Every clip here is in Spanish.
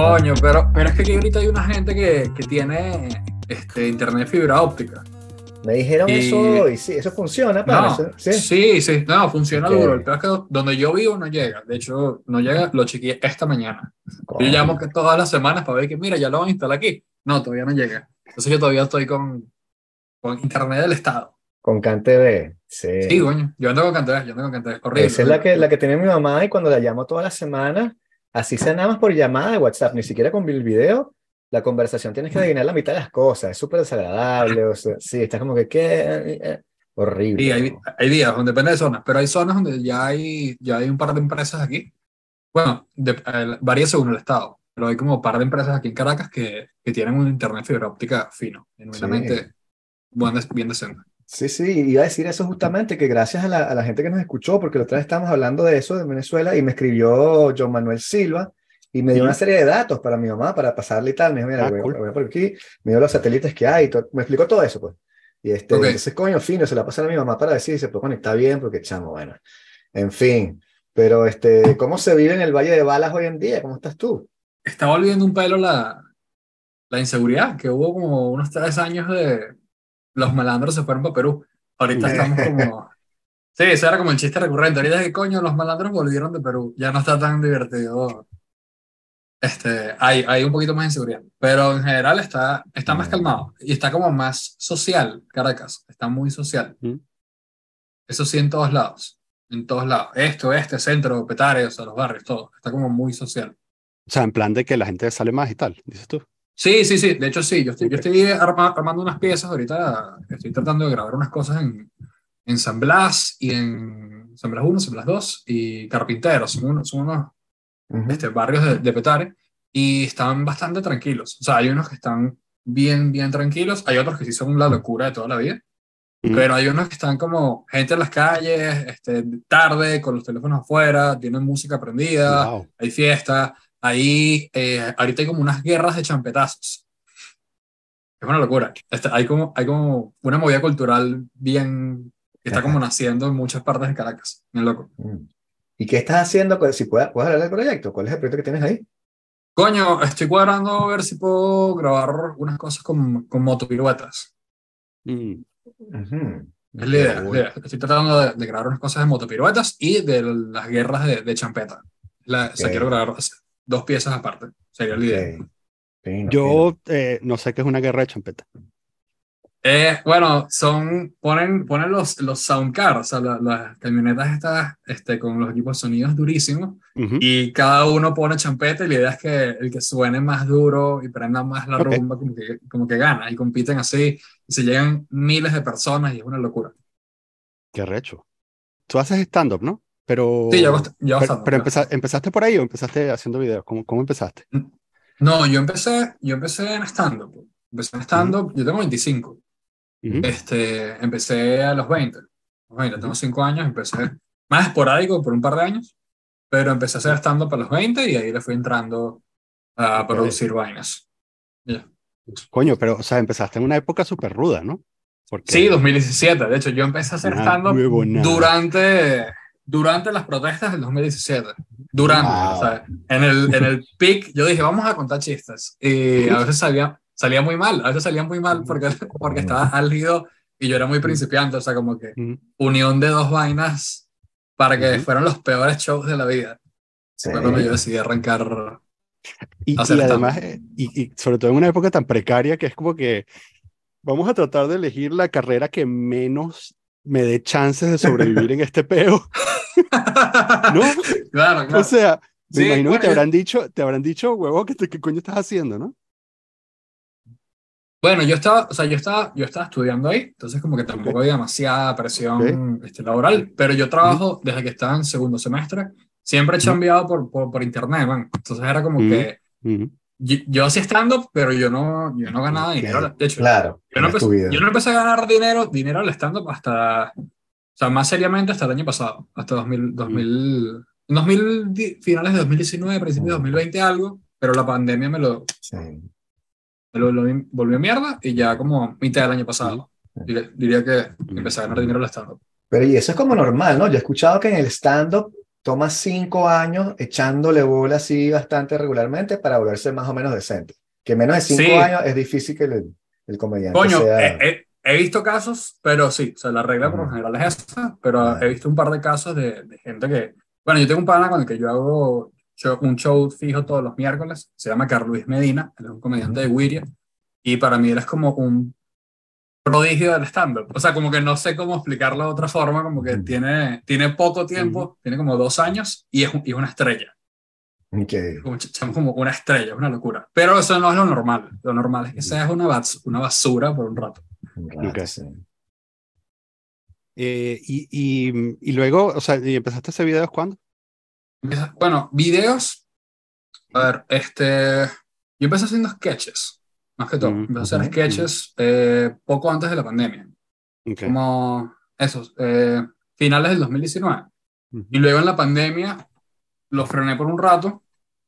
Coño, pero es que aquí ahorita hay una gente que tiene internet fibra óptica. Me dijeron eso Y hoy, sí, eso funciona, pana, no, sí. sí, no, funciona Ok, duro. El peor es que donde yo vivo no llega. De hecho, no llega, lo chequeé esta mañana. Yo llamo coño, que todas las semanas para ver que, mira, ya lo van a instalar aquí. No, todavía no llega. Entonces yo todavía estoy con internet del Estado. con CanTV, Sí, sí. coño, yo ando con Cantés, horrible, Esa es la horrible. la que tiene mi mamá y cuando la llamo toda la semana, así sea nada más por llamada de WhatsApp, ni siquiera con el video, la conversación tienes que adivinar la mitad de las cosas, es súper desagradable, o sea, sí, estás como que, ¿qué? Sí, Horrible, ¿no? hay días donde depende de zonas, pero hay zonas donde ya hay un par de empresas aquí. Bueno, varía según el estado, pero hay como un par de empresas aquí en Caracas que tienen un internet fibra óptica fino, Sí. genuinamente bien decente. Sí, sí, iba a decir eso justamente, que gracias a a la gente que nos escuchó, porque la otra vez estábamos hablando de eso de Venezuela y me escribió John Manuel Silva y me dio una Ujú. serie de datos para mi mamá, para pasarle y tal. Me dijo, mira, Ah, cool. voy por aquí, me dio los satélites que hay, me explicó todo eso, pues. Y Ok, entonces, coño, fino, se la pasa a mi mamá para decir, se puede conectar bien, porque chamo, bueno, en fin. Pero, ¿cómo se vive en el Valle de Balas hoy en día? ¿Cómo estás tú? está volviendo un pelo la inseguridad, que hubo como unos 3 años de los malandros se fueron para Perú. Ahorita estamos como... Sí, eso era como el chiste recurrente. Ahorita es que coño, los malandros volvieron de Perú. Ya no está tan divertido. Hay un poquito más de inseguridad, pero en general está más Mm, calmado y está como más social. Caracas está muy social. Mm. Eso sí, en todos lados. Este, centro, Petare, o sea, los barrios, todo. Está como muy social. O sea, en plan de que la gente sale más y tal, dices tú. Sí, sí, sí. De hecho, sí. Yo Ok. estoy armando unas piezas ahorita. Estoy tratando de grabar unas cosas en San Blas y en San Blas 1, San Blas 2 y Carpinteros. Son unos ujú, barrios de Petare y están bastante tranquilos. O sea, hay unos que están bien tranquilos, hay otros que sí son la locura de toda la vida, Mm. pero hay unos que están como gente en las calles, tarde, con los teléfonos afuera, tienen música prendida, Wow. hay fiesta, ahorita hay como unas guerras de champetazos. Es una locura. Hay como una movida cultural bien que está como naciendo en muchas partes de Caracas. Bien loco. mm. ¿Y qué estás haciendo? Si puedes hablar del proyecto, ¿cuál es el proyecto que tienes ahí? Coño, estoy cuadrando a ver si puedo grabar unas cosas con motopiruetas. Mm. Ujú, Es ok. la idea, es la Cool. idea. Estoy tratando de grabar unas cosas de motopiruetas y de las guerras de champeta. O sea, quiero Ok, grabar dos piezas aparte. Sería la ok, idea. fino, fino. Yo no sé qué es una guerra de champeta. Bueno, ponen los sound cars, o sea, las camionetas estas con los equipos de sonidos durísimos, Ujú. y cada uno pone champeta y la idea es que el que suene más duro y prenda más la Ok, rumba como que gana, y compiten así, y se llegan miles de personas y es una locura. qué recho. Tú haces stand-up, ¿no? Sí, Pero, yo pero, bastante, pero yo bastante. ¿empezaste por ahí o empezaste haciendo videos? ¿Cómo empezaste? No, yo empecé en stand-up. Empecé en Ujú, stand-up, yo tengo 25. ujú, Empecé a los 20. Tengo ujú. 5 años, empecé más esporádico por un par de años, pero empecé a hacer Ok, stand-up a los 20 y ahí le fui entrando a Ok. producir vainas. Ya. coño, pero, o sea, empezaste en una época súper ruda, ¿no? Sí, Porque 2017. De hecho, yo empecé a hacer una stand-up huevonada. durante las protestas del 2017. Durante, o Wow. sea, en el peak, yo dije, vamos a contar chistes. Y a veces salía muy mal, a veces salía muy mal porque Coño. estaba álgido y yo era muy principiante, o sea, como que Ujú, unión de dos vainas para que ujú. fueran los peores shows de la vida. Sí. Fue cuando yo decidí arrancar a Y hacer stand-up. además, y sobre todo en una época tan precaria que es como que vamos a tratar de elegir la carrera que menos me dé chances de sobrevivir en este peo, ¿no? Claro, O claro. sea, me Sí, imagino que bueno, huevo, ¿qué coño estás haciendo, no? bueno, yo estaba estudiando ahí, entonces como que Ok, tampoco había demasiada ok. presión laboral, pero yo Ujú, trabajo desde que estaba en segundo semestre, siempre he ujú, chambeado por internet, man. Entonces era como ujú, que ujú. yo hacía stand-up, pero yo no ganaba Ok. dinero. De hecho, Claro, tenías tu yo vida. no empecé a ganar dinero al stand-up o sea, más seriamente hasta el año pasado, hasta Mm, finales de 2019, principios de Mm, 2020 algo, pero la pandemia sí. lo volvió mierda y ya como mitad del año ujú, pasado. Diría que mm, empecé a ganar ujú. dinero al stand-up. Pero y eso es como normal, ¿no? Yo he escuchado que en el stand-up toma 5 años echándole bola así bastante regularmente para volverse más o menos decente. Que menos de 5 Sí, años es difícil que el comediante coño, sea... he visto casos, pero sí, o sea, la regla por lo Ujú, general es esa, pero he claro. visto un par de casos de gente que, bueno, yo tengo un pana con el que yo hago un show fijo todos los miércoles, se llama Carluis Medina, él es un comediante de Wiria, y para mí él es como un prodigio del stand-up, o sea, como que no sé cómo explicarlo de otra forma, como que Ujú. tiene poco Ujú. tiempo, tiene como 2 años, y es una estrella, Ok, como una estrella, es una locura, pero eso no es lo normal es que Ujú. seas una basura por un rato. un Ok. rato, sí. Y luego, o sea, ¿y empezaste a hacer videos cuándo? Bueno, videos. A Ujú. ver, yo empecé haciendo sketches, más que todo. Ujú. Empecé a hacer Ujú, Ujú. sketches poco antes de la pandemia, Ok. como esos, finales del 2019. Y Ujú. luego en la pandemia lo frené por un rato,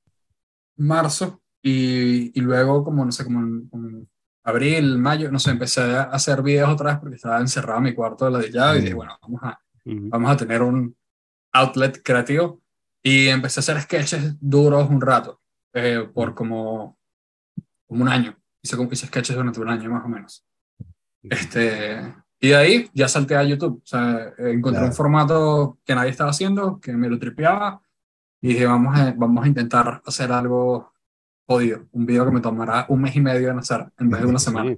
marzo, y luego como, no sé, como en abril, mayo, no sé, empecé a hacer videos otra vez porque estaba encerrado en mi cuarto de la y dije, mm, bueno, Ujú. vamos a tener un outlet creativo. Y empecé a hacer sketches duros un rato, por Ujú. como un año. Hice sketches durante un año más o menos. Ujú. Y de ahí ya salté a YouTube. O sea, encontré un claro. formato que nadie estaba haciendo, que me lo tripeaba, y dije, vamos a intentar hacer algo jodido. Un video que me tomará un mes y medio en hacer, en vez de una semana. Sí.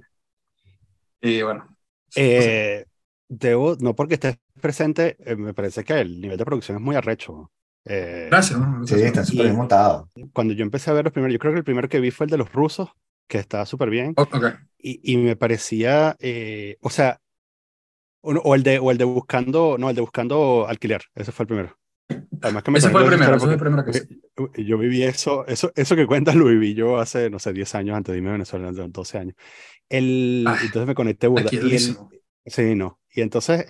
Y bueno, así. Eh, no porque estés presente, me parece que el nivel de producción es muy arrecho. Eh, Gracias, ¿no? Sí, Gracias. está súper bien y montado. cuando yo empecé a ver los primeros, yo creo que el primero que vi fue el de los rusos, que estaba súper bien, Ok. y me parecía, o sea, o el de buscando, no, el de buscando alquiler, ese fue el primero. Además que me Ese fue conecto el con esa primero, historia ese fue porque el primero que hice. yo viví eso que cuentas lo viví yo hace, no sé, 10 años antes de irme a Venezuela, de 12 años. Ay, Entonces me conecté burda. aquí es durísimo. Sí, no. Y entonces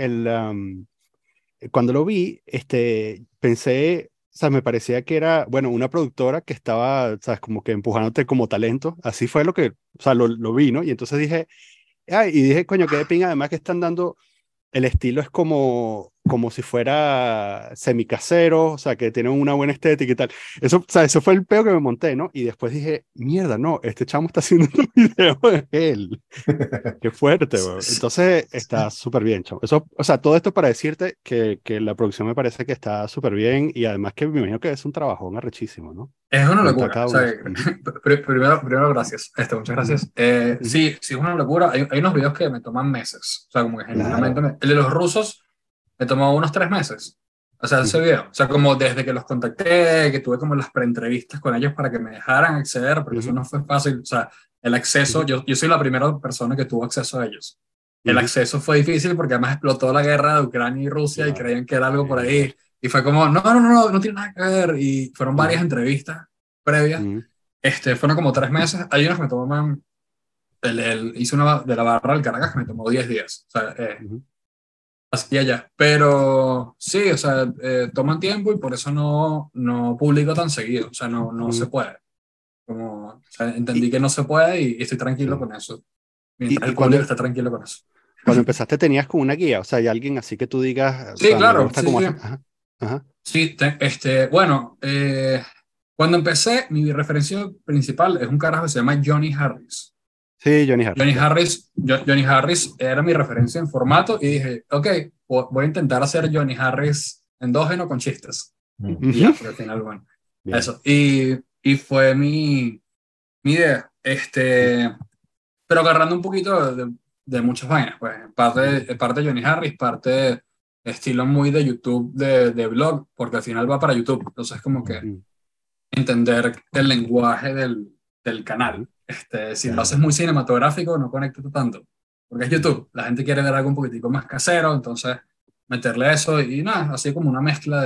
cuando lo vi, pensé, o sea, me parecía que era, bueno, una productora que estaba, sabes, como que empujándote como talento. Así fue o sea, lo vi, ¿no? Y entonces dije, ay, y dije, coño, qué de pinga, además que están dando el estilo es como si fuera semicasero, o sea, que tiene una buena estética y tal. Eso, o sea, eso fue el peo que me monté, ¿no? Y después dije, mierda, no, este chamo está haciendo un video de él. Qué fuerte, Sí, weón. sí. Entonces está súper bien, chamo. Eso, o sea, todo esto para decirte que la producción me parece que está súper bien y además que me imagino que es un trabajón arrechísimo, ¿no? Es una Montar locura. cada O uno. sea, Ujú. primero gracias. Muchas Ujú. gracias. Ujú. Sí, sí, es una locura. Hay unos videos que me toman meses. O sea, como que genuinamente. Claro. El de los rusos me tomó unos 3 meses. O sea, ese Ujú. video. O sea, como desde que los contacté, que tuve como las preentrevistas con ellos para que me dejaran acceder, porque eso Ujú. no fue fácil. O sea, el acceso, Ujú. yo soy la primera persona que tuvo acceso a ellos. El Ujú. acceso fue difícil porque además explotó la guerra de Ucrania y Rusia y Claro. creían que era algo por Sí, claro. ahí. Y fue como, no tiene nada que ver. Y fueron varias Ujú. entrevistas previas. Ujú. Fueron como 3 meses. Hay unos que me toman, hice una de la barra al Caracas que me tomó 10 días. O sea, Ujú. así y allá. Pero sí, o sea, toman tiempo y por eso no publico tan seguido. O sea, no se Ujú. puede. O sea, Y, entendí que no se puede y estoy tranquilo sí. con eso. Y, Mientras y el cuando, público está tranquilo con eso. cuando empezaste tenías como una guía, o sea, hay alguien así que tú digas, o Sí, sea, me claro, gusta sí, cómo sí. hace. Ajá, ajá. Sí, bueno, cuando empecé, mi referencia principal es un carajo que se llama Johnny Harris. Sí, Johnny Harris, ya. Johnny Harris era mi referencia en formato y dije, ok, voy a intentar hacer Johnny Harris endógeno con chistes. Mm, Y Ujú. ya, porque al final, bueno, Bien. eso. Y fue mi idea. Pero agarrando un poquito de muchas vainas, pues, Ujú. parte de Johnny Harris, parte estilo muy de YouTube, de blog, porque al final va para YouTube. Entonces, como que mm, Ujú. entender el lenguaje del canal. Ujú. Si lo claro. haces muy cinematográfico, no conecta tanto, porque es Ujú. YouTube. La gente quiere ver algo un poquitico más casero, entonces meterle eso y nada, así como una mezcla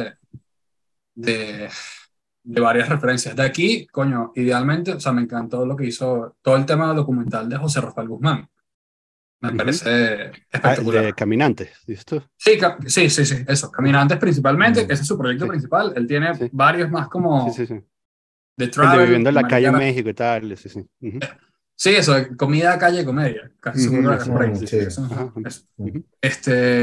de, de varias referencias. De aquí, coño, idealmente, o sea, me encantó lo que hizo todo el tema documental de José Rafael Guzmán. Me Ujú. parece Ah, el de espectacular. Caminantes, dices tú. Sí, sí, sí, sí, eso. Ajá. Caminantes principalmente, ese Mm, es su proyecto Sí, principal. Él tiene sí, varios más sí, como sí, sí. de El de travel, Viviendo en la calle en maricara. México y tal, sí, sí. Ujú. Sí, eso, comida, calle, comedia. Casi seguro Ujú, es ese. por ahí. mm, Sí, sí. sí. Eso, Ajá. eso. Mm, Ujú.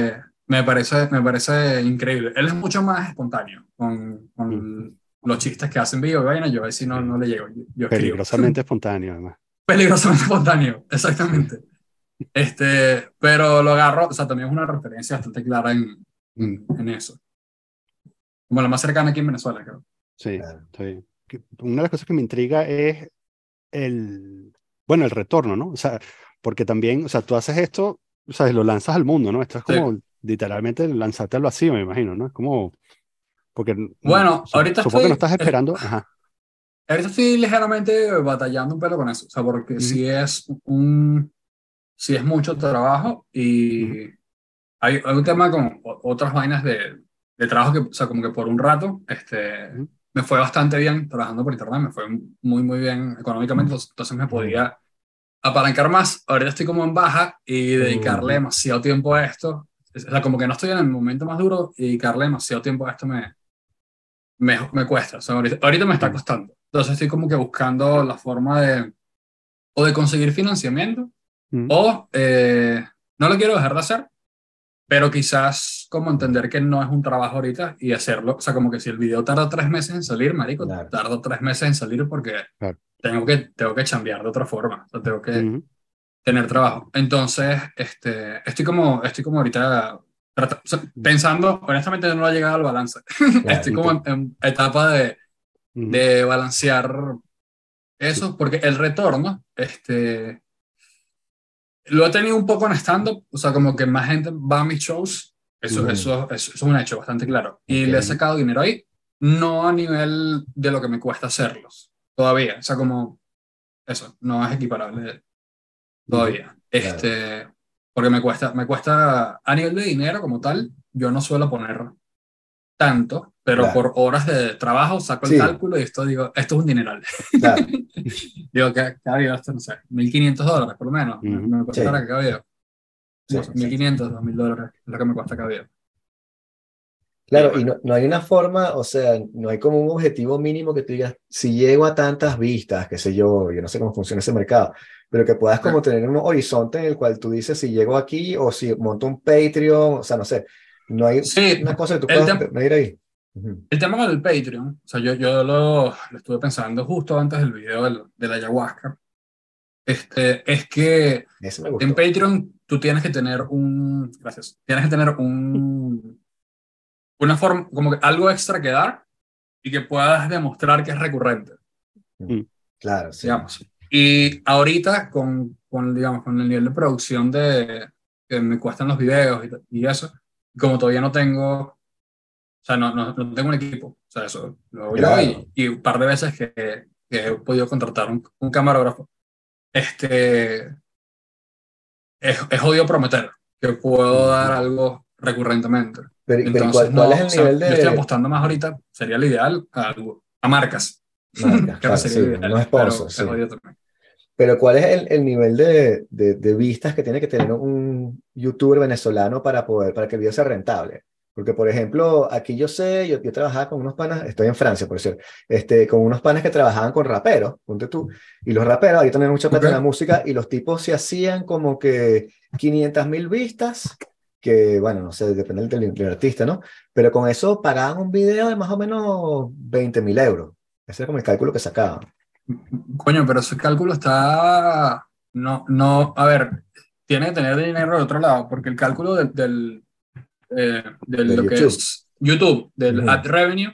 me parece increíble. Él es mucho más espontáneo con los chistes que hacen video y vaina. Yo a ver si no le llego. Yo escribo. Peligrosamente espontáneo, además. Peligrosamente espontáneo, exactamente. Pero lo agarro, o sea, también es una referencia bastante clara en eso. Como la más cercana aquí en Venezuela, creo. Sí, Claro. está bien. Una de las cosas que me intriga es bueno, el retorno, ¿no? O sea, porque también, o sea, tú haces esto, o sea, lo lanzas al mundo, ¿no? Esto es Sí. como literalmente lanzarte al vacío, me imagino, ¿no? Es como, porque Bueno, ahorita supongo que no estás esperando, ajá. ahorita estoy ligeramente batallando un pelo con eso, o sea, porque Ujú, si es mucho trabajo ujú, y hay un tema con otras vainas de trabajo que, o sea, como que por un rato, ujú, me fue bastante bien trabajando por internet, me fue muy, muy bien económicamente, entonces me Ujú. podía apalancar más. Ahorita estoy como en baja y dedicarle ujú, demasiado tiempo a esto, o sea, como que no estoy en el momento más duro y dedicarle demasiado tiempo a esto me cuesta, o sea, ahorita me está ujú, costando. Entonces estoy como que buscando la forma o de conseguir financiamiento ujú, o no lo quiero dejar de hacer, pero quizás como entender que no es un trabajo ahorita y hacerlo, o sea, como que si el video tarda 3 meses en salir, marico, Claro. tarda 3 meses en salir porque claro, tengo que chambear de otra forma, o sea, tengo que ujú, tener trabajo. Entonces, estoy como ahorita o sea, ujú, pensando, honestamente no he llegado al balance. Claro. Estoy como en etapa ujú, de balancear eso, porque el retorno, lo he tenido un poco en stand-up, o sea, como que más gente va a mis shows, Ujú. eso es un hecho bastante claro. Y Ok. le he sacado dinero ahí, no a nivel de lo que me cuesta hacerlos, todavía. O sea, como eso, no es equiparable ujú, todavía. Claro. Porque me cuesta a nivel de dinero como tal, yo no suelo poner tanto, pero Claro. por horas de trabajo saco el Sí, cálculo y digo, esto es un dineral. claro. Digo, que cada video, no sé, $1.500 por lo menos, ujú, me cuesta Sí, cada video. sí, Como exacto. 1.500, $2.000 es lo que me cuesta cada video. Y Claro, y bueno, no hay una forma, o sea, no hay como un objetivo mínimo que tú digas, si llego a tantas vistas, qué sé yo no sé cómo funciona ese mercado, pero que puedas como tener un horizonte en el cual tú dices si llego aquí o si monto un Patreon, o sea, no sé, no hay sí, una cosa que tú el, puedas tem- medir ahí. Ujú. el tema con el Patreon, o sea, yo lo estuve pensando justo antes del video de la ayahuasca, es que Ese me en gustó. Patreon tú tienes que tener gracias, tienes que tener una forma, como que algo extra que dar y que puedas demostrar que es recurrente, Mm. ujú, Claro, sí. digamos. Y ahorita digamos, con el nivel de producción que me cuestan los videos y eso, como todavía no tengo, o sea, no tengo un equipo, o sea, eso lo hago yo Claro. y un par de veces que he podido contratar un camarógrafo, este, es jodido prometer que puedo dar Ujú. algo recurrentemente. Pero ¿y Entonces, cuál es no, o el sea, nivel yo estoy de apostando más ahorita, sería el ideal a marcas. marcas? Creo que Claro, sería sí, el unos ideal, sponsors, pero es sí. jodido también. Pero ¿cuál es el nivel de vistas que tiene que tener un youtuber venezolano para que el video sea rentable? Porque, por ejemplo, aquí yo sé, yo trabajaba con unos panas, estoy en Francia, por cierto, con unos panas que trabajaban con raperos, ponte tú, y los raperos ahí tenían mucha plata en la Ok. música y los tipos se hacían como que 500.000 vistas, que bueno, no sé, depende del artista, ¿no? Pero con eso pagaban un video de más o menos 20.000 euros. Ese era como el cálculo que sacaban. Coño, pero ese cálculo está. No, a ver, tiene que tener dinero de otro lado, porque el cálculo de De lo que YouTube. es YouTube, del ad Ujú. revenue,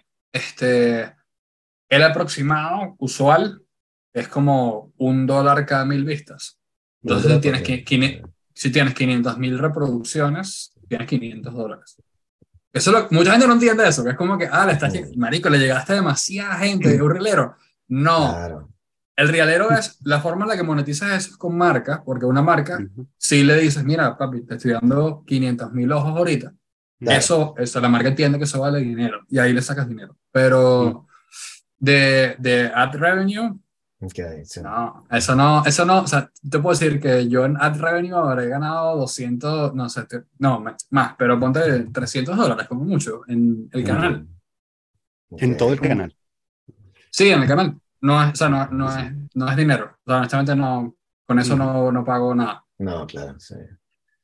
el aproximado usual es como $1 cada 1.000 vistas. Un Entonces, dólar por mil. si tienes 500.000 reproducciones, tienes $500. Mucha gente no entiende eso, que es como que, Ujú. marico, le llegaste a demasiada gente, es un rilero. No, Claro, el rialero es la forma en la que monetizas eso es con marca, porque una marca, ujú, si le dices, mira, papi, te estoy dando 500.000 ojos ahorita, claro. la marca entiende que eso vale dinero y ahí le sacas dinero. ujú, Pero de ad revenue, Ok, sí. no, eso no, o sea, te puedo decir que yo en ad revenue habré ganado 200, no sé, no, más, pero ponte $300 como mucho en el canal. Ujú. Ok. en todo el canal. Sí, en el canal. No es, o sea, Buenísimo. no es dinero. O sea, honestamente no, con eso Ujú, no pago nada. No, claro, sí.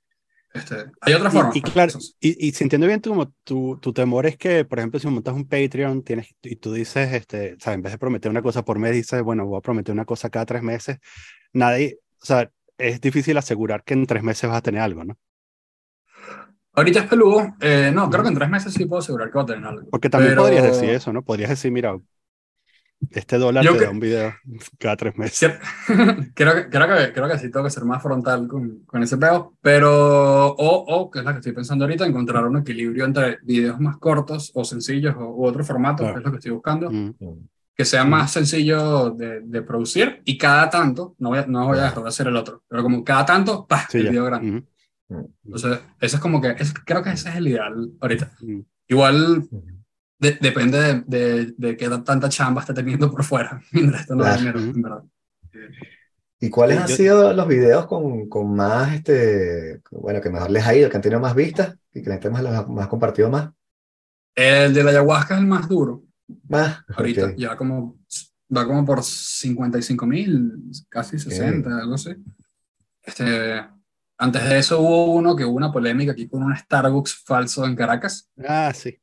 Hay otra forma. Y claro, y si entiendo bien, como tu temor es que, por ejemplo, si montas un Patreon y tú dices, o sea, en vez de prometer una cosa por mes, dices, bueno, voy a prometer una cosa cada 3 meses, o sea, es difícil asegurar que en 3 meses vas a tener algo, ¿no? Ahorita es peludo. No, creo que Ujú. en 3 meses sí puedo asegurar que voy a tener algo. Porque también podrías decir Pero eso, ¿no? Podrías decir, mira, este dólar yo te da que, un video cada 3 meses. que- creo que sí tengo que ser más frontal con ese peo. Pero, que es la que estoy pensando ahorita, encontrar un equilibrio entre videos más cortos o sencillos u otro formato, que Claro. es lo que estoy buscando, Mm, que sea ujú, más sencillo de producir y cada tanto, no voy a dejar Claro. de hacer el otro, pero como cada tanto, ¡pah! sí, El ya. video grande. Ujú, ujú, Entonces, eso es como que, creo que ese es el ideal ahorita. ujú. Igual Ujú. depende de qué tanta chamba esté teniendo por fuera, mientras esto no da Claro. dinero, Ujú. en verdad. ¿Y cuáles Sí, han sido los videos con más, bueno, que mejor les ha ido, que han tenido más vistas y que la gente más compartido más? El de la ayahuasca es el más duro. Más, ok, Ahorita va como por 55.000, casi ok. 60, algo así. Este, Antes de eso hubo una polémica aquí con un Starbucks falso en Caracas. ah, sí,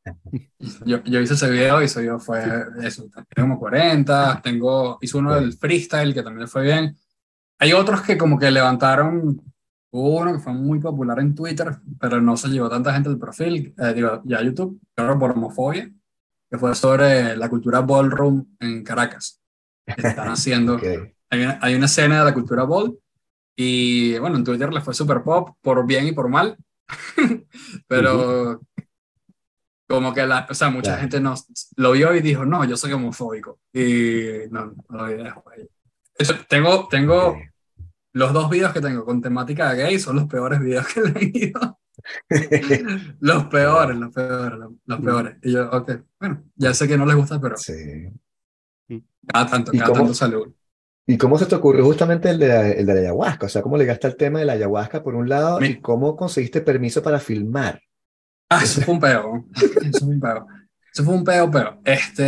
Yo hice ese video y ese video fue sí. eso, tengo como 40, hice uno del Ok. freestyle que también le fue bien. Hay otros que como que levantaron, hubo uno que fue muy popular en Twitter, pero no se llevó tanta gente al perfil, digo, ya a YouTube, claro, por homofobia, que fue sobre la cultura ballroom en Caracas. Están Ok. haciendo, hay una escena de la cultura ball y bueno, en Twitter le fue super pop, por bien y por mal, Ujú. pero como que o sea, mucha Claro. gente no, lo vio y dijo, no, yo soy homofóbico. Y no lo dejo ahí. Tengo Ok. los dos videos que tengo con temática gay son los peores videos que he leído. Los peores, Wow. los peores, los Ujú. peores. Y yo, ok, bueno, ya sé que no les gusta, pero Sí. Mm. ¿Y cada tanto cómo, sale uno. y cómo se te ocurrió justamente el de la ayahuasca? O sea, ¿cómo llegaste al tema de la ayahuasca por un lado y Mi- cómo conseguiste permiso para filmar? Eso fue un peo. Eso fue un peo. Eso fue un peo, peo.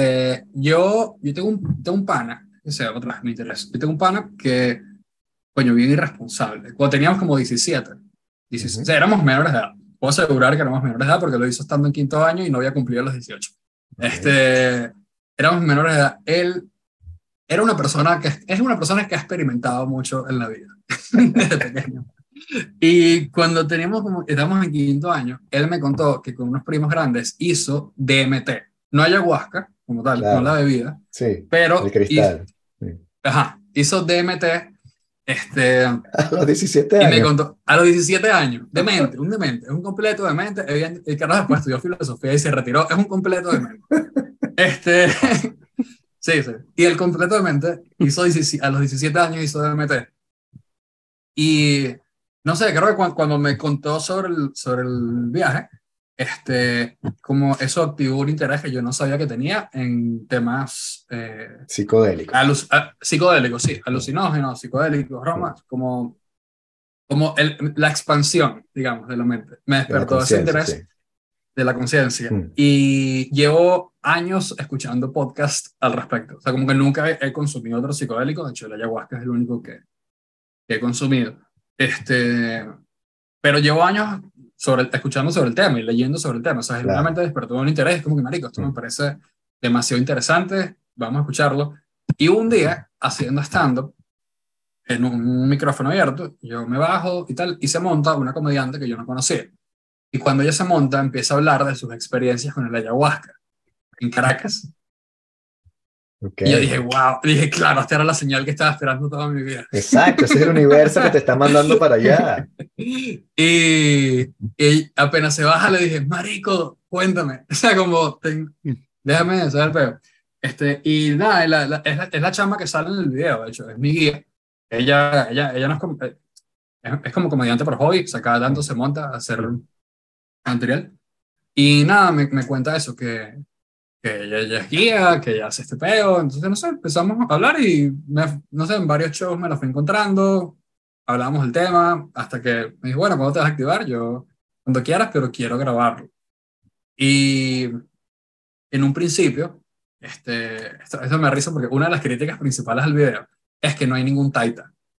Yo tengo un pana, que sea otra vez me interesa. Yo tengo un pana que, coño, bien irresponsable. Cuando teníamos como 17, o Ujú. sea, éramos menores de edad. Puedo asegurar que éramos menores de edad porque lo hizo estando en quinto año y no había cumplido los 18. Ok. Éramos menores de edad. Él era una persona es una persona que ha experimentado mucho en la vida desde pequeño. Y cuando estábamos en quinto año, él me contó que con unos primos grandes hizo DMT, no ayahuasca como tal, no la Claro. bebida, Sí. El pero cristal. Sí. hizo DMT, este, A los 17 y me años. contó, a los 17 años, demente, es un completo demente, el carajo después estudió filosofía y se retiró, es un completo demente. Este, sí, sí, y el completo demente a los 17 años hizo DMT, y no sé, creo que cuando me contó sobre el viaje, como eso activó un interés que yo no sabía que tenía en temas Psicodélico. psicodélicos, sí, Mm, alucinógenos, psicodélicos, mm. bromas, como la expansión, digamos, de la mente. Me De la despertó ese conciencia, sí. interés de la conciencia Mm, y llevo años escuchando podcasts al respecto. O sea, como que nunca he consumido otro psicodélico, de hecho, el ayahuasca es el único que he consumido. Este, pero llevo años escuchando sobre el tema y leyendo sobre el tema. O sea, claro. genuinamente despertó un interés. Es como que, marico, esto me Mm, parece demasiado interesante, vamos a escucharlo. Y un día, haciendo stand-up, en un micrófono abierto, yo me bajo y tal, y se monta una comediante que yo no conocía. Y cuando ella se monta, empieza a hablar de sus experiencias con el ayahuasca en Caracas. ok. Y yo dije, wow, dije, claro, esta era la señal que estaba esperando toda mi vida. Exacto, ese es el universo que te está mandando para allá. Y apenas se baja le dije, marico, cuéntame. O sea, como, mm, déjame saber el peo. Y nada, es la chama que sale en el video, de hecho, es mi guía. Ella no es como comediante por hobby, o sea, cada tanto Mm, se monta a hacer ujú. material. Y nada, me cuenta eso, que ella es guía, que ella hace este peo. Entonces, no sé, empezamos a hablar y, no sé, en varios shows me la fui encontrando, hablábamos del tema, hasta que me dijo, bueno, ¿cuándo te vas a activar? Yo, cuando quieras, pero quiero grabarlo. Y en un principio, esto me da risa porque una de las críticas principales al video es que no hay ningún taita.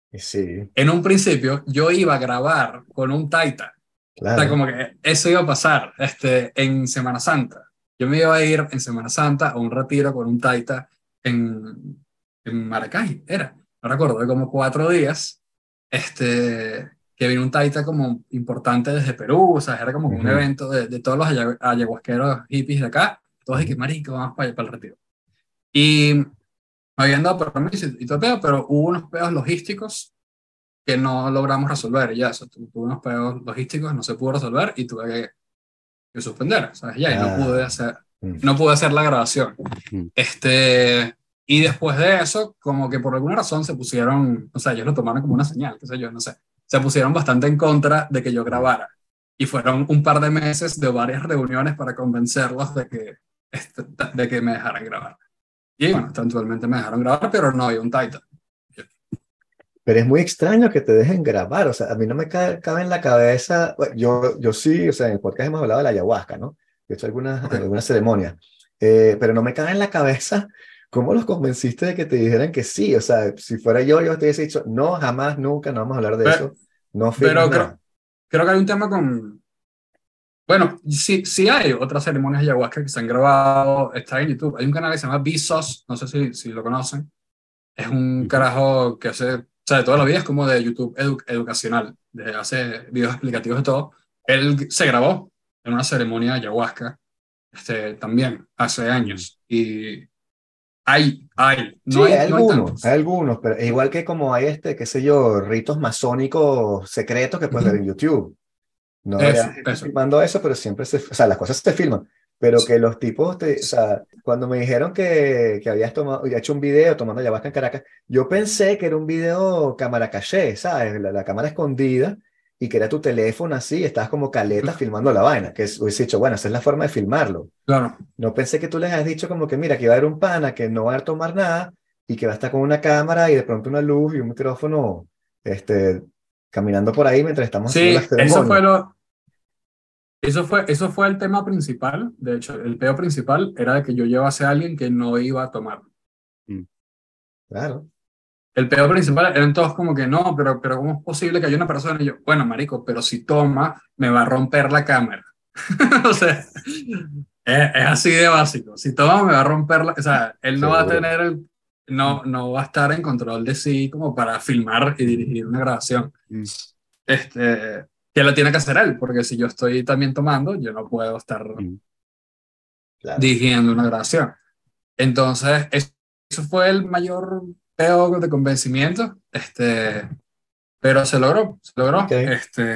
Y sí, En un principio, yo iba a grabar con un Taita. O sea, claro. como que eso iba a pasar en Semana Santa. Yo me iba a ir en Semana Santa a un retiro con un Taita en Maracay, era. No recuerdo, de como 4 días, que vino un Taita como importante desde Perú, o sea, era como un Ujú, evento de todos los ayahuasqueros hippies de acá, todos y que ujú. marico, vamos para allá, para el retiro. Y me habían dado permiso y todo, pero hubo unos pedos logísticos que no logramos resolver, y ya, eso, tuve unos pedos logísticos, no se pudo resolver y tuve que suspender, ¿sabes? Ya, y Ah, mm, no pude hacer la grabación. Mm. Y después de eso, como que por alguna razón se pusieron, o sea, ellos lo tomaron como una señal, qué sé yo, no sé, se pusieron bastante en contra de que yo mm. grabara. Y fueron un par de meses de varias reuniones para convencerlos de que me dejaran grabar. Y bueno, eventualmente me dejaron grabar, pero no había un title. Pero es muy extraño que te dejen grabar, o sea, a mí no me cabe en la cabeza, bueno, yo sí, o sea, en el podcast hemos hablado de la ayahuasca, ¿no? He hecho Ok. algunas ceremonias, pero no me cabe en la cabeza cómo los convenciste de que te dijeran que sí, o sea, si fuera yo te hubiese dicho, no, jamás, nunca, no vamos a hablar de Pero, eso, no firmas pero nada. creo que hay un tema con, bueno, sí, sí hay otras ceremonias de ayahuasca que se han grabado, está en YouTube. Hay un canal que se llama Vsauce, no sé si lo conocen. Es un Ujú. carajo que hace, o sea, de toda la vida es como de YouTube educacional, hace videos explicativos de todo. Él se grabó en una ceremonia de ayahuasca, también, hace Mm. años. Y Sí, no hay hay tantos. algunos, pero es igual que como hay qué sé yo, ritos masónicos secretos que puedes ver Ujú. en YouTube. No habría Eso, gente eso. filmando eso, pero siempre o sea, las cosas se filman. Pero que los tipos, o sea, cuando me dijeron que habías había hecho un video tomando ayahuasca en Caracas, yo pensé que era un video cámara caché, ¿sabes? La cámara escondida y que era tu teléfono así, estabas como caleta filmando la vaina, hubiese dicho, bueno, esa es la forma de filmarlo. Claro. No pensé que tú les has dicho como que, mira, que va a haber un pana que no va a tomar nada y que va a estar con una cámara y de pronto una luz y un micrófono, este, caminando por ahí mientras estamos haciendo la Sí, ceremonia. eso fue el tema principal. De hecho, el peo principal era de que yo llevase a alguien que no iba a tomar. Mm. Claro. El peo principal eran todos como que no, pero ¿cómo es posible que haya una persona? Y yo, bueno, marico, pero si toma, me va a romper la cámara. O sea, es así de básico. Si toma, me va a romper la... O sea, él no va a Seguro. tener no va a estar en control de sí como para filmar y dirigir una grabación. Mm. Que lo tiene que hacer él, porque si yo estoy también tomando, yo no puedo estar Mm. Claro. dirigiendo una grabación. Entonces, eso fue el mayor peo de convencimiento, pero se Ok. logró,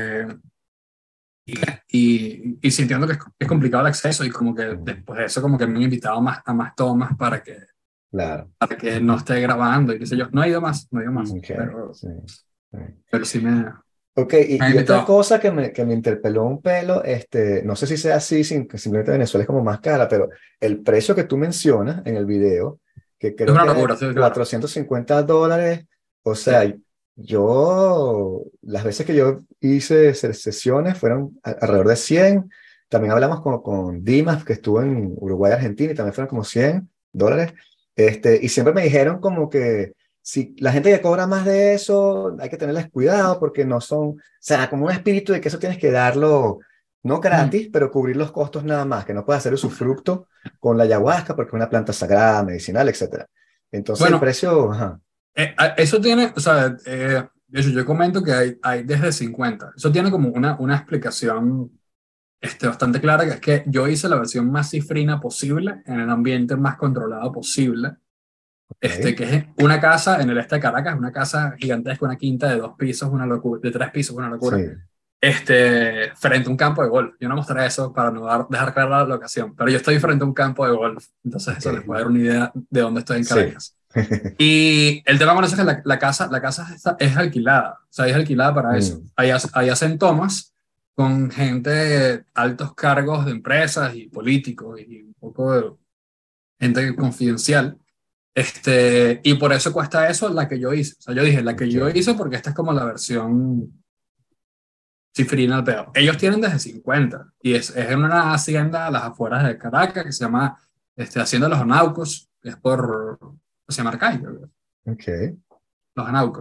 y sintiendo que es complicado el acceso y como que Mm, después de eso como que me han invitado a más tomas claro. para que no esté grabando y qué sé yo, no he ido más, no he ido más, Ok. Sí. Sí. pero sí Ok, me han y otra invitado. cosa que me interpeló un pelo, no sé si sea así, que simplemente Venezuela es como más cara, pero el precio que tú mencionas en el video, que Es creo una que era de locura, sí, claro. $450, o Sí. sea, las veces que yo hice sesiones fueron alrededor de 100. También hablamos con Dimas, que estuvo en Uruguay, Argentina, y también fueron como $100, y siempre me dijeron como que si la gente que cobra más de eso, hay que tenerles cuidado porque no son, o sea, como un espíritu de que eso tienes que darlo, no Mm. gratis, pero cubrir los costos nada más, que no puedes hacer usufructo con la ayahuasca porque es una planta sagrada, medicinal, etcétera. Entonces el Bueno, precio, ajá, eso tiene, o sea, de hecho yo comento que hay desde 50. Eso tiene como una explicación bastante clara, que es que yo hice la versión más cifrina posible, en el ambiente más controlado posible, ok, que es una casa en el este de Caracas, una casa gigantesca, una quinta de 2 pisos, una locura, de 3 pisos, una locura, sí, frente a un campo de golf. Yo no mostré eso para no dejar clara la locación, pero yo estoy frente a un campo de golf, entonces ok, eso les puede dar una idea de dónde estoy en sí, Caracas. Y el tema con eso es que la casa es alquilada, o sea, es alquilada para eso. Mm, Ahí hacen tomas con gente, altos cargos de empresas y políticos y un poco de gente confidencial. Y por eso cuesta eso la que yo hice. O sea, yo dije la que ok, yo hice porque esta es como la versión cifrina al peor. Ellos tienen desde 50 y es en una hacienda a las afueras de Caracas que se llama Hacienda de los Anaucos, que es se llama Maracay, creo que es, ok, los Anaucos.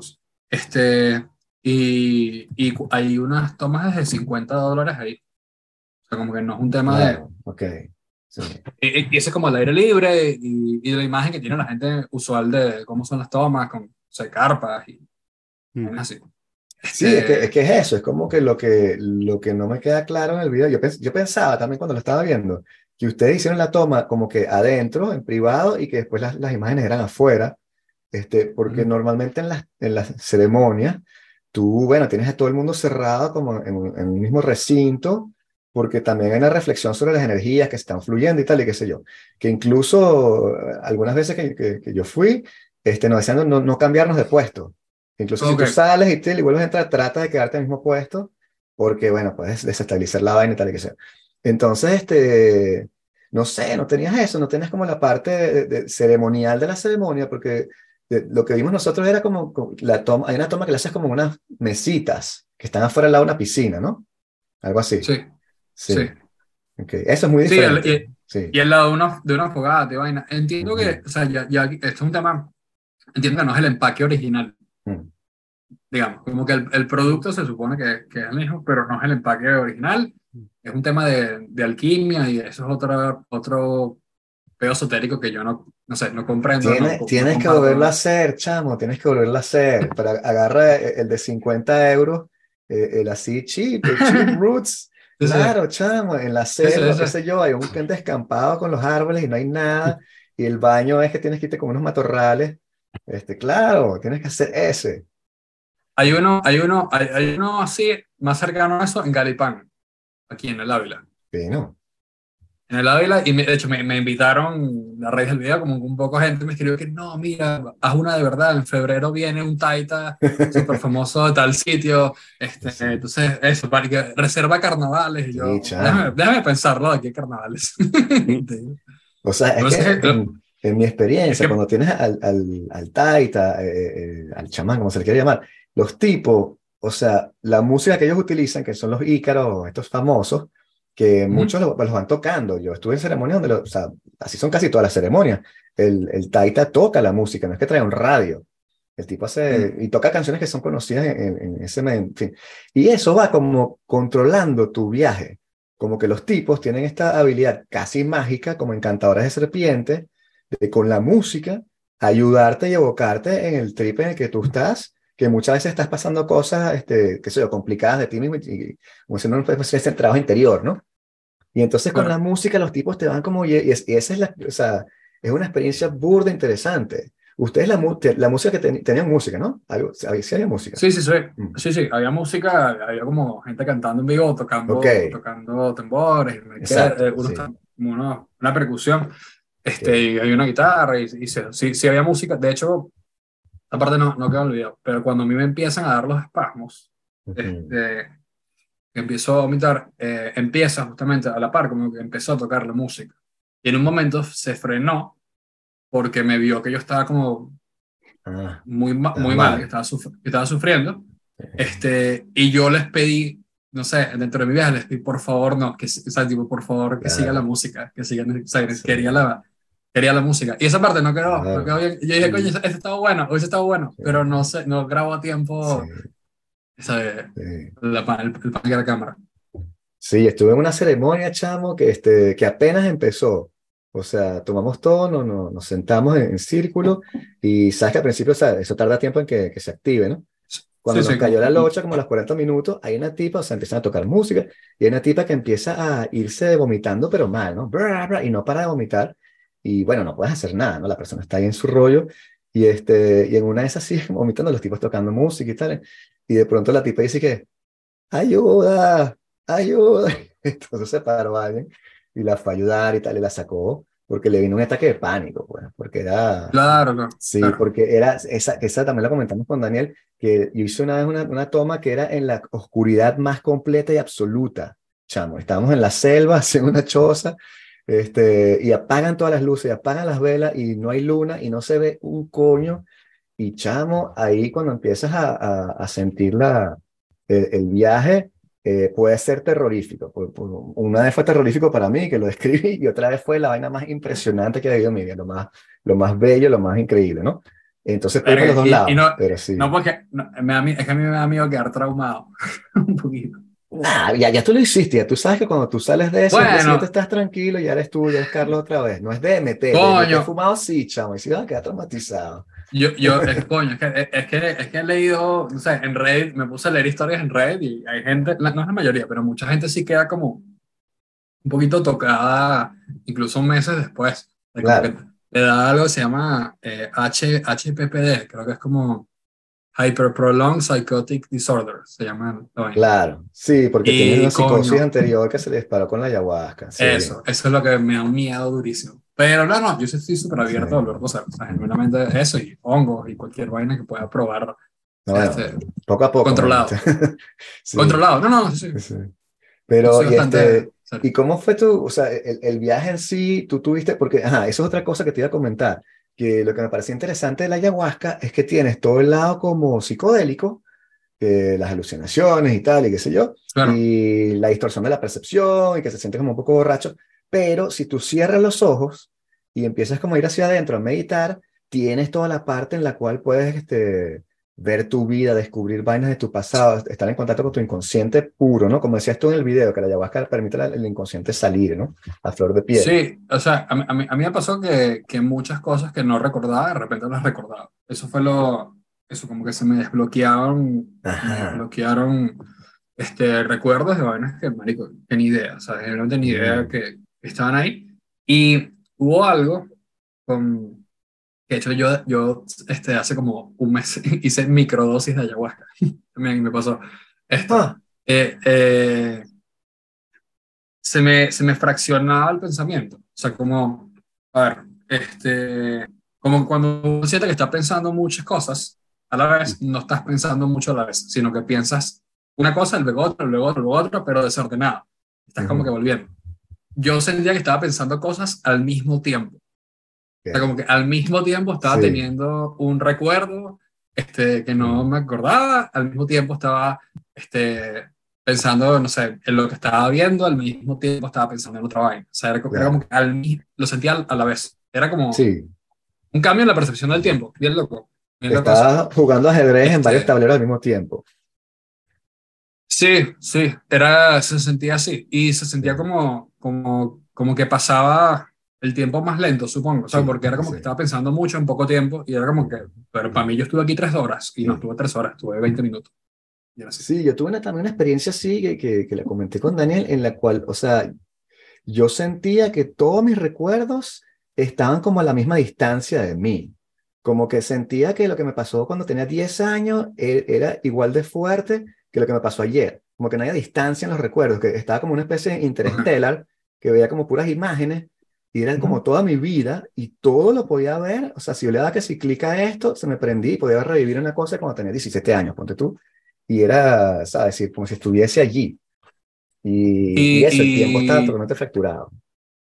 Hay unas tomas de $50 ahí. O sea, como que no es un tema de... Claro, ok. Sí. Y ese es como al aire libre y la imagen que tiene la gente usual de cómo son las tomas, con, o sea, carpas y Mm. así. Sí, es Este, que es eso, es como que lo que no me queda claro en el video, yo pensaba también cuando lo estaba viendo, que ustedes hicieron la toma como que adentro, en privado, y que después las imágenes eran afuera, porque ujú. normalmente en las ceremonias, tú, bueno, tienes a todo el mundo cerrado como en un mismo recinto, porque también hay una reflexión sobre las energías que están fluyendo y tal, y qué sé yo, que incluso algunas veces que yo fui, nos decían no cambiarnos de puesto. Incluso si tú Ok, sales y vuelves a entrar, trata de quedarte en el mismo puesto, porque, bueno, puedes desestabilizar la vaina y tal y que sea. Entonces, no sé, no tenías eso, no tenías como la parte de ceremonial de la ceremonia, porque lo que vimos nosotros era como la toma, hay una toma que le haces como unas mesitas que están afuera al lado de una piscina, ¿no? Algo así. sí, sí. Sí. Ok. Eso es muy Sí, diferente. Sí. y al lado de una fogata y vaina. Entiendo Ujú. que, o sea, esto es un tema, entiendo que no es el empaque original, Mm. digamos, como que el producto se supone que es el mismo, pero no es el empaque original. Es un tema de alquimia y eso es otro peo esotérico que yo no sé, no comprendo, no Tienes que volverlo a comparto. hacer, chamo, tienes que volverlo a hacer. Para agarra el de 50 euros, el así cheap, el cheap roots. Sí, sí, Claro, chamo, en la sí, sí, selva, sí. qué sé yo, hay un descampado con los árboles y no hay nada. Y el baño es que tienes que irte como unos matorrales. Claro, tienes que hacer ese. Hay uno así, más cercano a eso, en Galipán, aquí en el Ávila. Fino. En el Ávila, y de hecho me invitaron a raíz del video, como un poco de gente me escribió que no, mira, haz una de verdad, en febrero viene un taita súper famoso de tal sitio, Sí, entonces eso, para que reserva carnavales, y sí, yo, chamo. déjame pensarlo de aquí a carnavales. Mm. O sea, es que Entonces, en mi es experiencia, que, cuando tienes al taita, al chamán, como se le quiere llamar, los tipos, o sea, la música que ellos utilizan, que son los ícaros, estos famosos, que ujú, muchos los van tocando. Yo estuve en ceremonias donde, o sea, así son casi todas las ceremonias. El taita toca la música, no es que trae un radio. El tipo hace, mm, y toca canciones que son conocidas en ese, en fin. Y eso va como controlando tu viaje. Como que los tipos tienen esta habilidad casi mágica, como encantadores de serpientes, de con la música ayudarte y evocarte en el trip en el que tú estás, que muchas veces estás pasando cosas, qué sé yo, complicadas de ti mismo y como si no fuese ese trabajo interior, ¿no? Y entonces con la claro. música los tipos te van como, y esa es o sea, es una experiencia burda interesante. Ustedes la música que tenían música, ¿no? Algo, sí había música. Sí, sí, sí. Mm. Sí, sí, había música, había como gente cantando en vivo, Ok, tocando tambores, exacto, sí. una percusión, Ok. y hay una guitarra, sí, sí había música. De hecho, aparte no quedó el video, pero cuando a mí me empiezan a dar los espasmos, Ujú. este, que empiezo a vomitar, empieza justamente a la par, como que empezó a tocar la música. Y en un momento se frenó porque me vio que yo estaba como Ah, estás muy mal, mal. que estaba sufriendo. Eh, Y yo les pedí, no sé, dentro de mi viaje les pedí, por favor, no, o sea, tipo, por favor, que siga la Claro, música, que siga, o sea, sí, quería la música. Y esa parte no quedó claro. bien. Yo dije, coño, Mm. ese estaba bueno, hubiese estado bueno, Sí, pero no sé, no grabo a sí, tiempo esa, sí. el pan de la cámara. Sí, estuve en una ceremonia, chamo, que apenas empezó. O sea, tomamos todo, nos sentamos en círculo y sabes que al principio, o sea, eso tarda tiempo en que se active, ¿no? Cuando Sí, nos sí, cayó la locha, como a los 40 minutos, hay una tipa, o sea, empiezan a tocar música y hay una tipa que empieza a irse vomitando, pero mal, ¿no? Y no para de vomitar. Y bueno, no puedes hacer nada, ¿no? La persona está ahí en su rollo y en una de esas sí, vomitando, los tipos tocando música y tal. Y de pronto la tipa dice que, ayuda, ayuda. Entonces se paró alguien y la fue a ayudar y tal, y la sacó porque le vino un ataque de pánico, pues, porque era, claro, claro, sí, claro. porque era, esa también la comentamos con Daniel, que yo hice una vez una toma que era en la oscuridad más completa y absoluta, chamo, estábamos en la selva, en una choza, y apagan todas las luces, y apagan las velas, y no hay luna, y no se ve un coño, y chamo, ahí cuando empiezas a sentir el viaje, puede ser terrorífico. Una vez fue terrorífico para mí, que lo describí, y otra vez fue la vaina más impresionante que he vivido en mi vida, lo más bello, lo más increíble, ¿no? Entonces puede ir para los Verga, dos y lados, no, pero sí. no porque, es que a mí me da miedo quedar traumado, un poquito. Nah, ya tú lo hiciste, ya tú sabes que cuando tú sales de eso, al día siguiente Bueno, estás tranquilo, ya eres tú, ya eres Carlos otra vez. No es DMT coño, fumado sí, chamo, y si vas a quedar traumatizado. coño, es que he leído, no sé, en Reddit, me puse a leer historias en Reddit y hay gente, no es la mayoría, pero mucha gente sí queda como un poquito tocada, incluso meses después, de como que Claro, le da algo que se llama HPPD, creo que es como Hyperprolonged Psychotic Disorder, se llama la vaina. claro, sí, porque tienes una Y psicosis coño, anterior que se le disparó con la ayahuasca, sí, eso es lo que me da un miedo durísimo. Pero no, yo sí estoy súper sí. abierto a volver a hacer, o sea, genuinamente eso y hongos y cualquier vaina que pueda probar, No, bueno, este, poco a poco, men. controlado. Sí, Controlado, no, sí, sí. yo Pero, soy bastante ¿y serio. cómo fue tu, o sea, el viaje en sí, tú tuviste, porque, ajá, eso es otra cosa que te iba a comentar, que lo que me parecía interesante de la ayahuasca es que tienes todo el lado como psicodélico, las alucinaciones y tal, y qué sé yo, Claro, y la distorsión de la percepción, y que se siente como un poco borracho, pero si tú cierras los ojos y empiezas como a ir hacia adentro a meditar, tienes toda la parte en la cual puedes, ver tu vida, descubrir vainas de tu pasado, estar en contacto con tu inconsciente puro, ¿no? Como decías tú en el video, que la ayahuasca permite al inconsciente salir, ¿no? A flor de piel. sí, o sea, a mí me pasó que muchas cosas que no recordaba, de repente las recordaba. Eso fue eso como que se me Ajá. desbloquearon recuerdos de vainas que, marico, que ni idea, o sea, yo no tenía ni idea Mm, que estaban ahí. Y hubo algo con, que de hecho hace como un mes hice microdosis de ayahuasca. También me pasó esto. ah, Eh, eh, se me fraccionaba el pensamiento. O sea, como, a ver, como cuando uno siente que está pensando muchas cosas, a la vez no estás pensando mucho a la vez, sino que piensas una cosa, luego otra, luego otra, luego otra, pero desordenado. Estás como que ujú, volviendo. Yo sentía que estaba pensando cosas al mismo tiempo. O sea, ok. como que al mismo tiempo estaba Sí. teniendo un recuerdo que no Mm, me acordaba, al mismo tiempo estaba pensando, no sé, en lo que estaba viendo, al mismo tiempo estaba pensando en otra vaina. O sea, era como claro. que lo sentía a la vez. Era como Sí. un cambio en la percepción del tiempo. Bien loco eso. Estás jugando ajedrez en varios Este, tableros al mismo tiempo. sí, se sentía así. Y se sentía Sí, como que pasaba el tiempo más lento, supongo. O sea, sí, porque era como sí. que estaba pensando mucho en poco tiempo y era como que, Ujú, pero para mí yo estuve aquí 3 horas y no sí. estuve 3 horas, estuve 20 minutos. Y era así. Sí, yo tuve también una experiencia así que la comenté con Daniel, en la cual, o sea, yo sentía que todos mis recuerdos estaban como a la misma distancia de mí. Como que sentía que lo que me pasó cuando tenía 10 años era igual de fuerte que lo que me pasó ayer. Como que no había distancia en los recuerdos, que estaba como una especie de Ok. interstellar, que veía como puras imágenes y era Ujú. como toda mi vida y todo lo podía ver. O sea, si yo le daba que si clica a esto, se me prendí y podía revivir una cosa cuando tenía 17 años, ponte tú. Y era, ¿sabes? Como si estuviese allí. Y eso, el tiempo estaba Y, y, totalmente fracturado.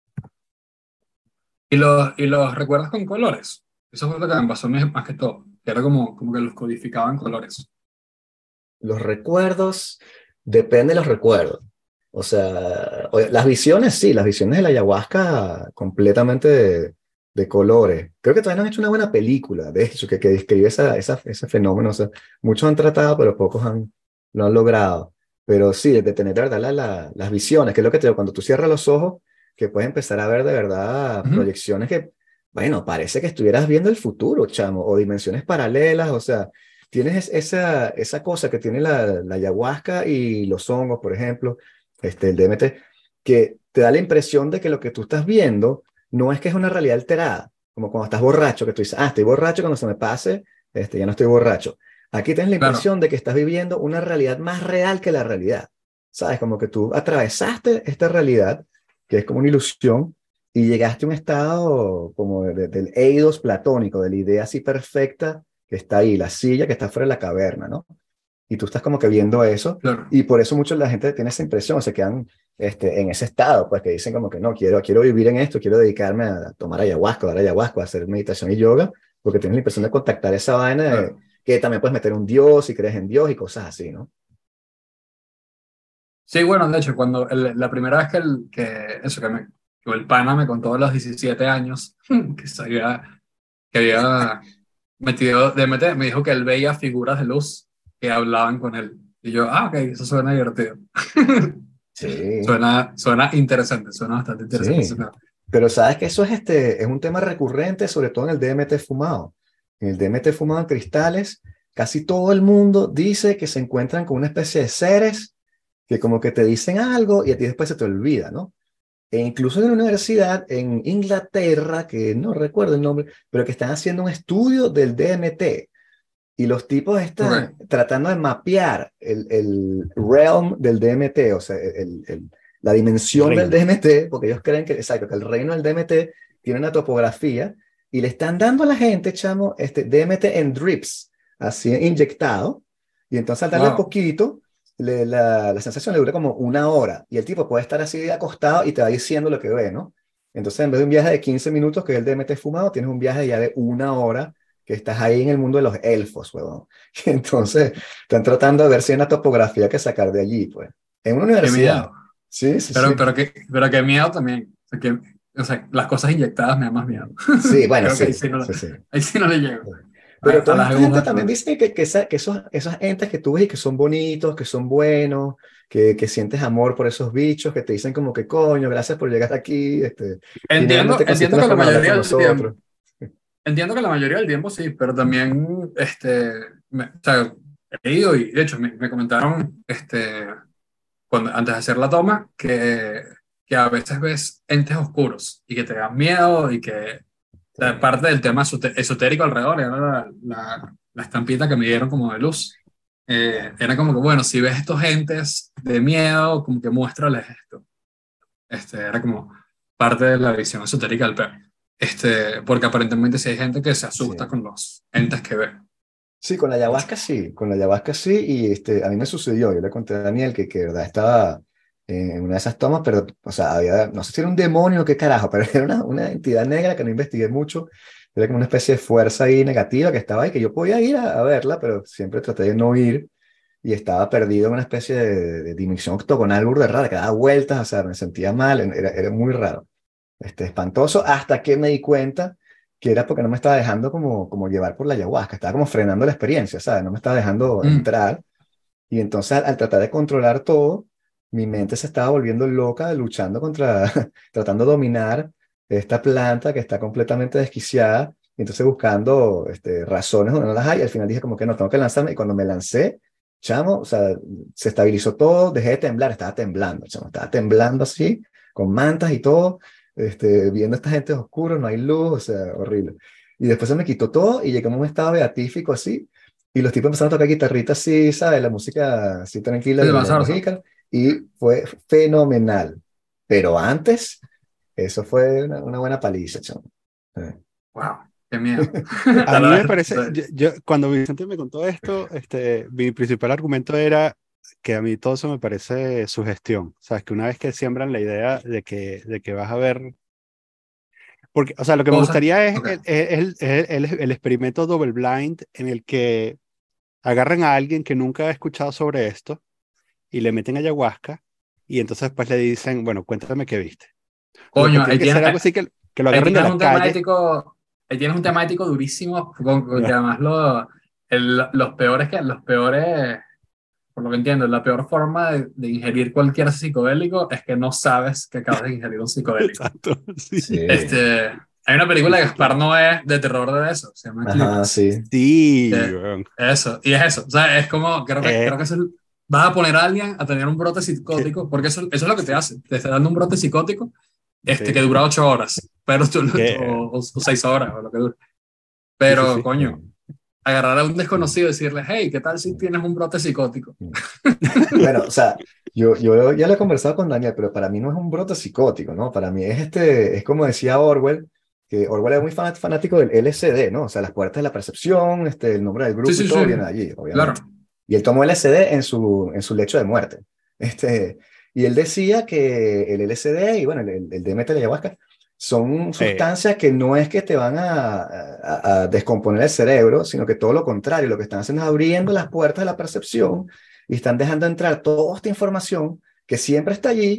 y los recuerdas con colores. Eso fue lo que me pasó a mí más que todo. Que era como que los codificaban en colores. Los recuerdos, depende de los recuerdos. O sea, las visiones, sí, las visiones de la ayahuasca completamente de colores. Creo que todavía no han hecho una buena película, de hecho, que describe ese fenómeno. O sea, muchos han tratado, pero pocos lo han logrado. Pero sí, de tener de verdad las visiones, que es lo que te digo, cuando tú cierras los ojos, que puedes empezar a ver de verdad Ujú. proyecciones que, bueno, parece que estuvieras viendo el futuro, chamo, o dimensiones paralelas, o sea. Tienes esa cosa que tiene la ayahuasca y los hongos, por ejemplo, el DMT, que te da la impresión de que lo que tú estás viendo no es que es una realidad alterada, como cuando estás borracho, que tú dices, estoy borracho, cuando se me pase, ya no estoy borracho. Aquí tienes la Claro, impresión de que estás viviendo una realidad más real que la realidad. ¿Sabes? Como que tú atravesaste esta realidad, que es como una ilusión, y llegaste a un estado como del eidos platónico, de la idea así perfecta que está ahí, la silla que está fuera de la caverna, ¿no? Y tú estás como que viendo eso, claro. y por eso mucha la gente tiene esa impresión, se quedan en ese estado, pues que dicen como que no, quiero vivir en esto, quiero dedicarme a tomar ayahuasca, a dar ayahuasca, a hacer meditación y yoga, porque tienes la impresión de contactar esa vaina Claro. que también puedes meter un Dios si crees en Dios y cosas así, ¿no? Sí, bueno, de hecho, la primera vez que el pana me contó a los 17 años que había metido DMT, me dijo que él veía figuras de luz que hablaban con él. Y yo, ok, eso suena divertido. Sí, Suena interesante, suena bastante interesante ese sí. tema. Pero sabes que eso es un tema recurrente, sobre todo en el DMT fumado. En el DMT fumado en cristales, casi todo el mundo dice que se encuentran con una especie de seres que como que te dicen algo y a ti después se te olvida, ¿no? E incluso en una universidad en Inglaterra, que no recuerdo el nombre, pero que están haciendo un estudio del DMT. Y los tipos están Ok, tratando de mapear el realm del DMT, o sea, la dimensión del Reino. DMT, porque ellos creen que, exacto, que el reino del DMT tiene una topografía y le están dando a la gente, chamo, DMT en drips, así inyectado, y entonces al darle wow. poquito, la sensación le dura como una hora, y el tipo puede estar así acostado y te va diciendo lo que ve, ¿no? Entonces, en vez de un viaje de 15 minutos, que es el DMT fumado, tienes un viaje ya de una hora que estás ahí en el mundo de los elfos, huevón. Y entonces están tratando de ver si hay una topografía que sacar de allí, pues. En una Qué universidad. miedo. Sí, sí, sí. Pero qué miedo también. O sea, las cosas inyectadas me dan más miedo. Sí, bueno, Creo que sí, sí, sí. ahí sí no le llego. Pero A toda las esta gente agujas también no. dice que esos entes que tú ves y que son bonitos, que son buenos, que sientes amor por esos bichos, que te dicen como que coño, gracias por llegar aquí, finalmente conseguiste Entiendo la que la forma de hablar con mayoría del nosotros. tiempo, entiendo que la mayoría del tiempo sí, pero también, o sea, he ido y de hecho me comentaron, antes de hacer la toma, que a veces ves entes oscuros y que te dan miedo y que Sí, parte del tema esotérico alrededor era la estampita que me dieron como de luz. claro. Era como que, bueno, si ves estos entes de miedo, como que muéstrales esto. Era como parte de la visión esotérica del perro. Porque aparentemente sí hay gente que se asusta Sí. con los entes que ve. Sí, con la Mucho. ayahuasca sí, con la ayahuasca sí, y a mí me sucedió, yo le conté a Daniel que de verdad estaba en una de esas tomas, pero, o sea, había, no sé si era un demonio o qué carajo, pero era una entidad negra que no investigué mucho, era como una especie de fuerza ahí negativa que estaba ahí, que yo podía ir a verla, pero siempre traté de no ir, y estaba perdido en una especie de dimensión octogonal burda rara, que daba vueltas, o sea, me sentía mal, era muy raro, espantoso, hasta que me di cuenta que era porque no me estaba dejando como llevar por la ayahuasca, estaba como frenando la experiencia, ¿sabes? No me estaba dejando Mm, entrar. Y entonces al tratar de controlar todo, mi mente se estaba volviendo loca luchando contra, tratando de dominar esta planta que está completamente desquiciada. Y entonces buscando razones donde no las hay. Y al final dije como que no, tengo que lanzarme. Y cuando me lancé, chamo, o sea, se estabilizó todo, dejé de temblar, estaba temblando, chamo, estaba temblando así, con mantas y todo, viendo a esta gente oscura, no hay luz, o sea, horrible. Y después se me quitó todo y llegué a un estado beatífico así, y los tipos empezaron a tocar guitarrita así, ¿sabes? La música así tranquila sí, de, más de los sabroso. Ícaros, y fue fenomenal. Pero antes, eso fue una buena paliza, chamo. Wow, qué miedo. A A mí la me vez, parece, sí. cuando Vicente me contó esto, mi principal argumento era que a mí todo eso me parece sugestión. Sabes que una vez que siembran la idea de que vas a ver, porque, o sea, lo que me Cosas. gustaría es Ok. el experimento double blind en el que agarran a alguien que nunca ha escuchado sobre esto y le meten ayahuasca y entonces después le dicen, bueno, cuéntame qué viste. Porque Coño, tiene que ser algo así que lo ahí agarren de tienes la un tema calle. ético, ahí tienes un tema ético durísimo, que además los peores, por lo que entiendo, la peor forma de ingerir cualquier psicodélico es que no sabes que acabas de ingerir un psicodélico. Exacto, sí. Sí, Hay una Sí, película de sí, Gaspar claro. Noé de terror de eso, se llama ajá, Eclipse. sí. Sí, weón. Eso, y es eso. O sea, es como, Eh, creo que eso vas a poner a alguien a tener un brote que, psicótico, porque eso es lo que te sí, hace. Te está dando un brote psicótico que sí, dura 8 horas, pero que, o 6 horas, o lo que dure. sí, sí, Pero, sí. coño, agarrar a un Mm, desconocido y decirle, hey, ¿qué tal si mm, tienes un brote psicótico? mm. Bueno, o sea, yo ya lo he conversado con Daniel, pero para mí no es un brote psicótico, ¿no? Para mí es como decía Orwell, que Orwell es muy fanático del LSD, ¿no? O sea, las puertas de la percepción, el nombre del Sí, grupo y sí, sí, todo viene de allí, claro. obviamente. Y él tomó LSD en su lecho de muerte. Y él decía que el LSD y bueno, el DMT, la ayahuasca, son Eh, sustancias que no es que te van a descomponer el cerebro, sino que todo lo contrario, lo que están haciendo es abriendo las puertas de la percepción y están dejando entrar toda esta información que siempre está allí,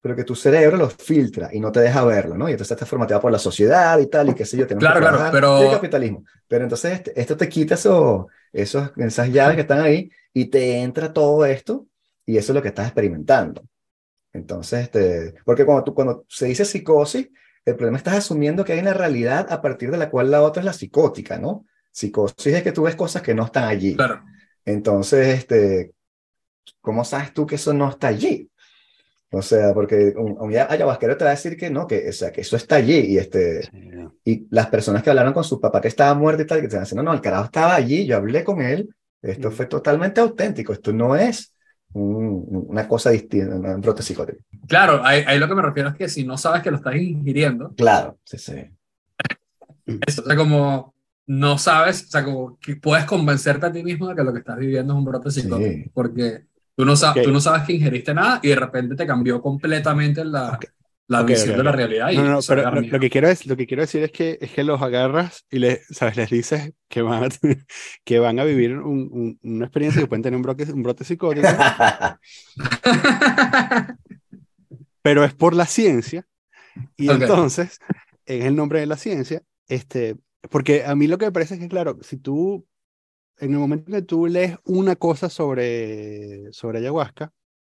pero que tu cerebro lo filtra y no te deja verlo, ¿no? Y entonces estás formateado por la sociedad y tal, y qué sé yo, tenemos que Claro, trabajar, y el pero capitalismo. Pero entonces esto te quita esas llaves que están ahí y te entra todo esto y eso es lo que estás experimentando. Entonces, porque cuando se dice psicosis, el problema estás asumiendo que hay una realidad a partir de la cual la otra es la psicótica, ¿no? Psicosis es que tú ves cosas que no están allí. claro, Entonces, ¿cómo sabes tú que eso no está allí? O sea, porque un ayahuasquero te va a decir que no, o sea, que eso está allí Sí. y las personas que hablaron con su papá que estaba muerto y tal, que te van diciendo, no, el carajo estaba allí, yo hablé con él, esto fue totalmente auténtico, esto no es una cosa distinta, un brote psicótico. claro, ahí lo que me refiero es que si no sabes que lo estás ingiriendo, Claro, sí, sí. eso, o sea, como no sabes, o sea, como que puedes convencerte a ti mismo de que lo que estás viviendo es un brote psicótico, Sí, porque Ok, tú no sabes que ingeriste nada y de repente te cambió completamente ok, la ok, ok, visión de la ok. realidad No, no, y no, eso debe pero dar lo que miedo. lo que quiero decir es que los agarras y ¿sabes? Les dices que van a, que van a vivir una experiencia que pueden tener un brote psicótico, pero es por la ciencia. Y Ok, entonces, en el nombre de la ciencia, porque a mí lo que me parece es que, claro, si tú, en el momento en que tú lees una cosa sobre ayahuasca,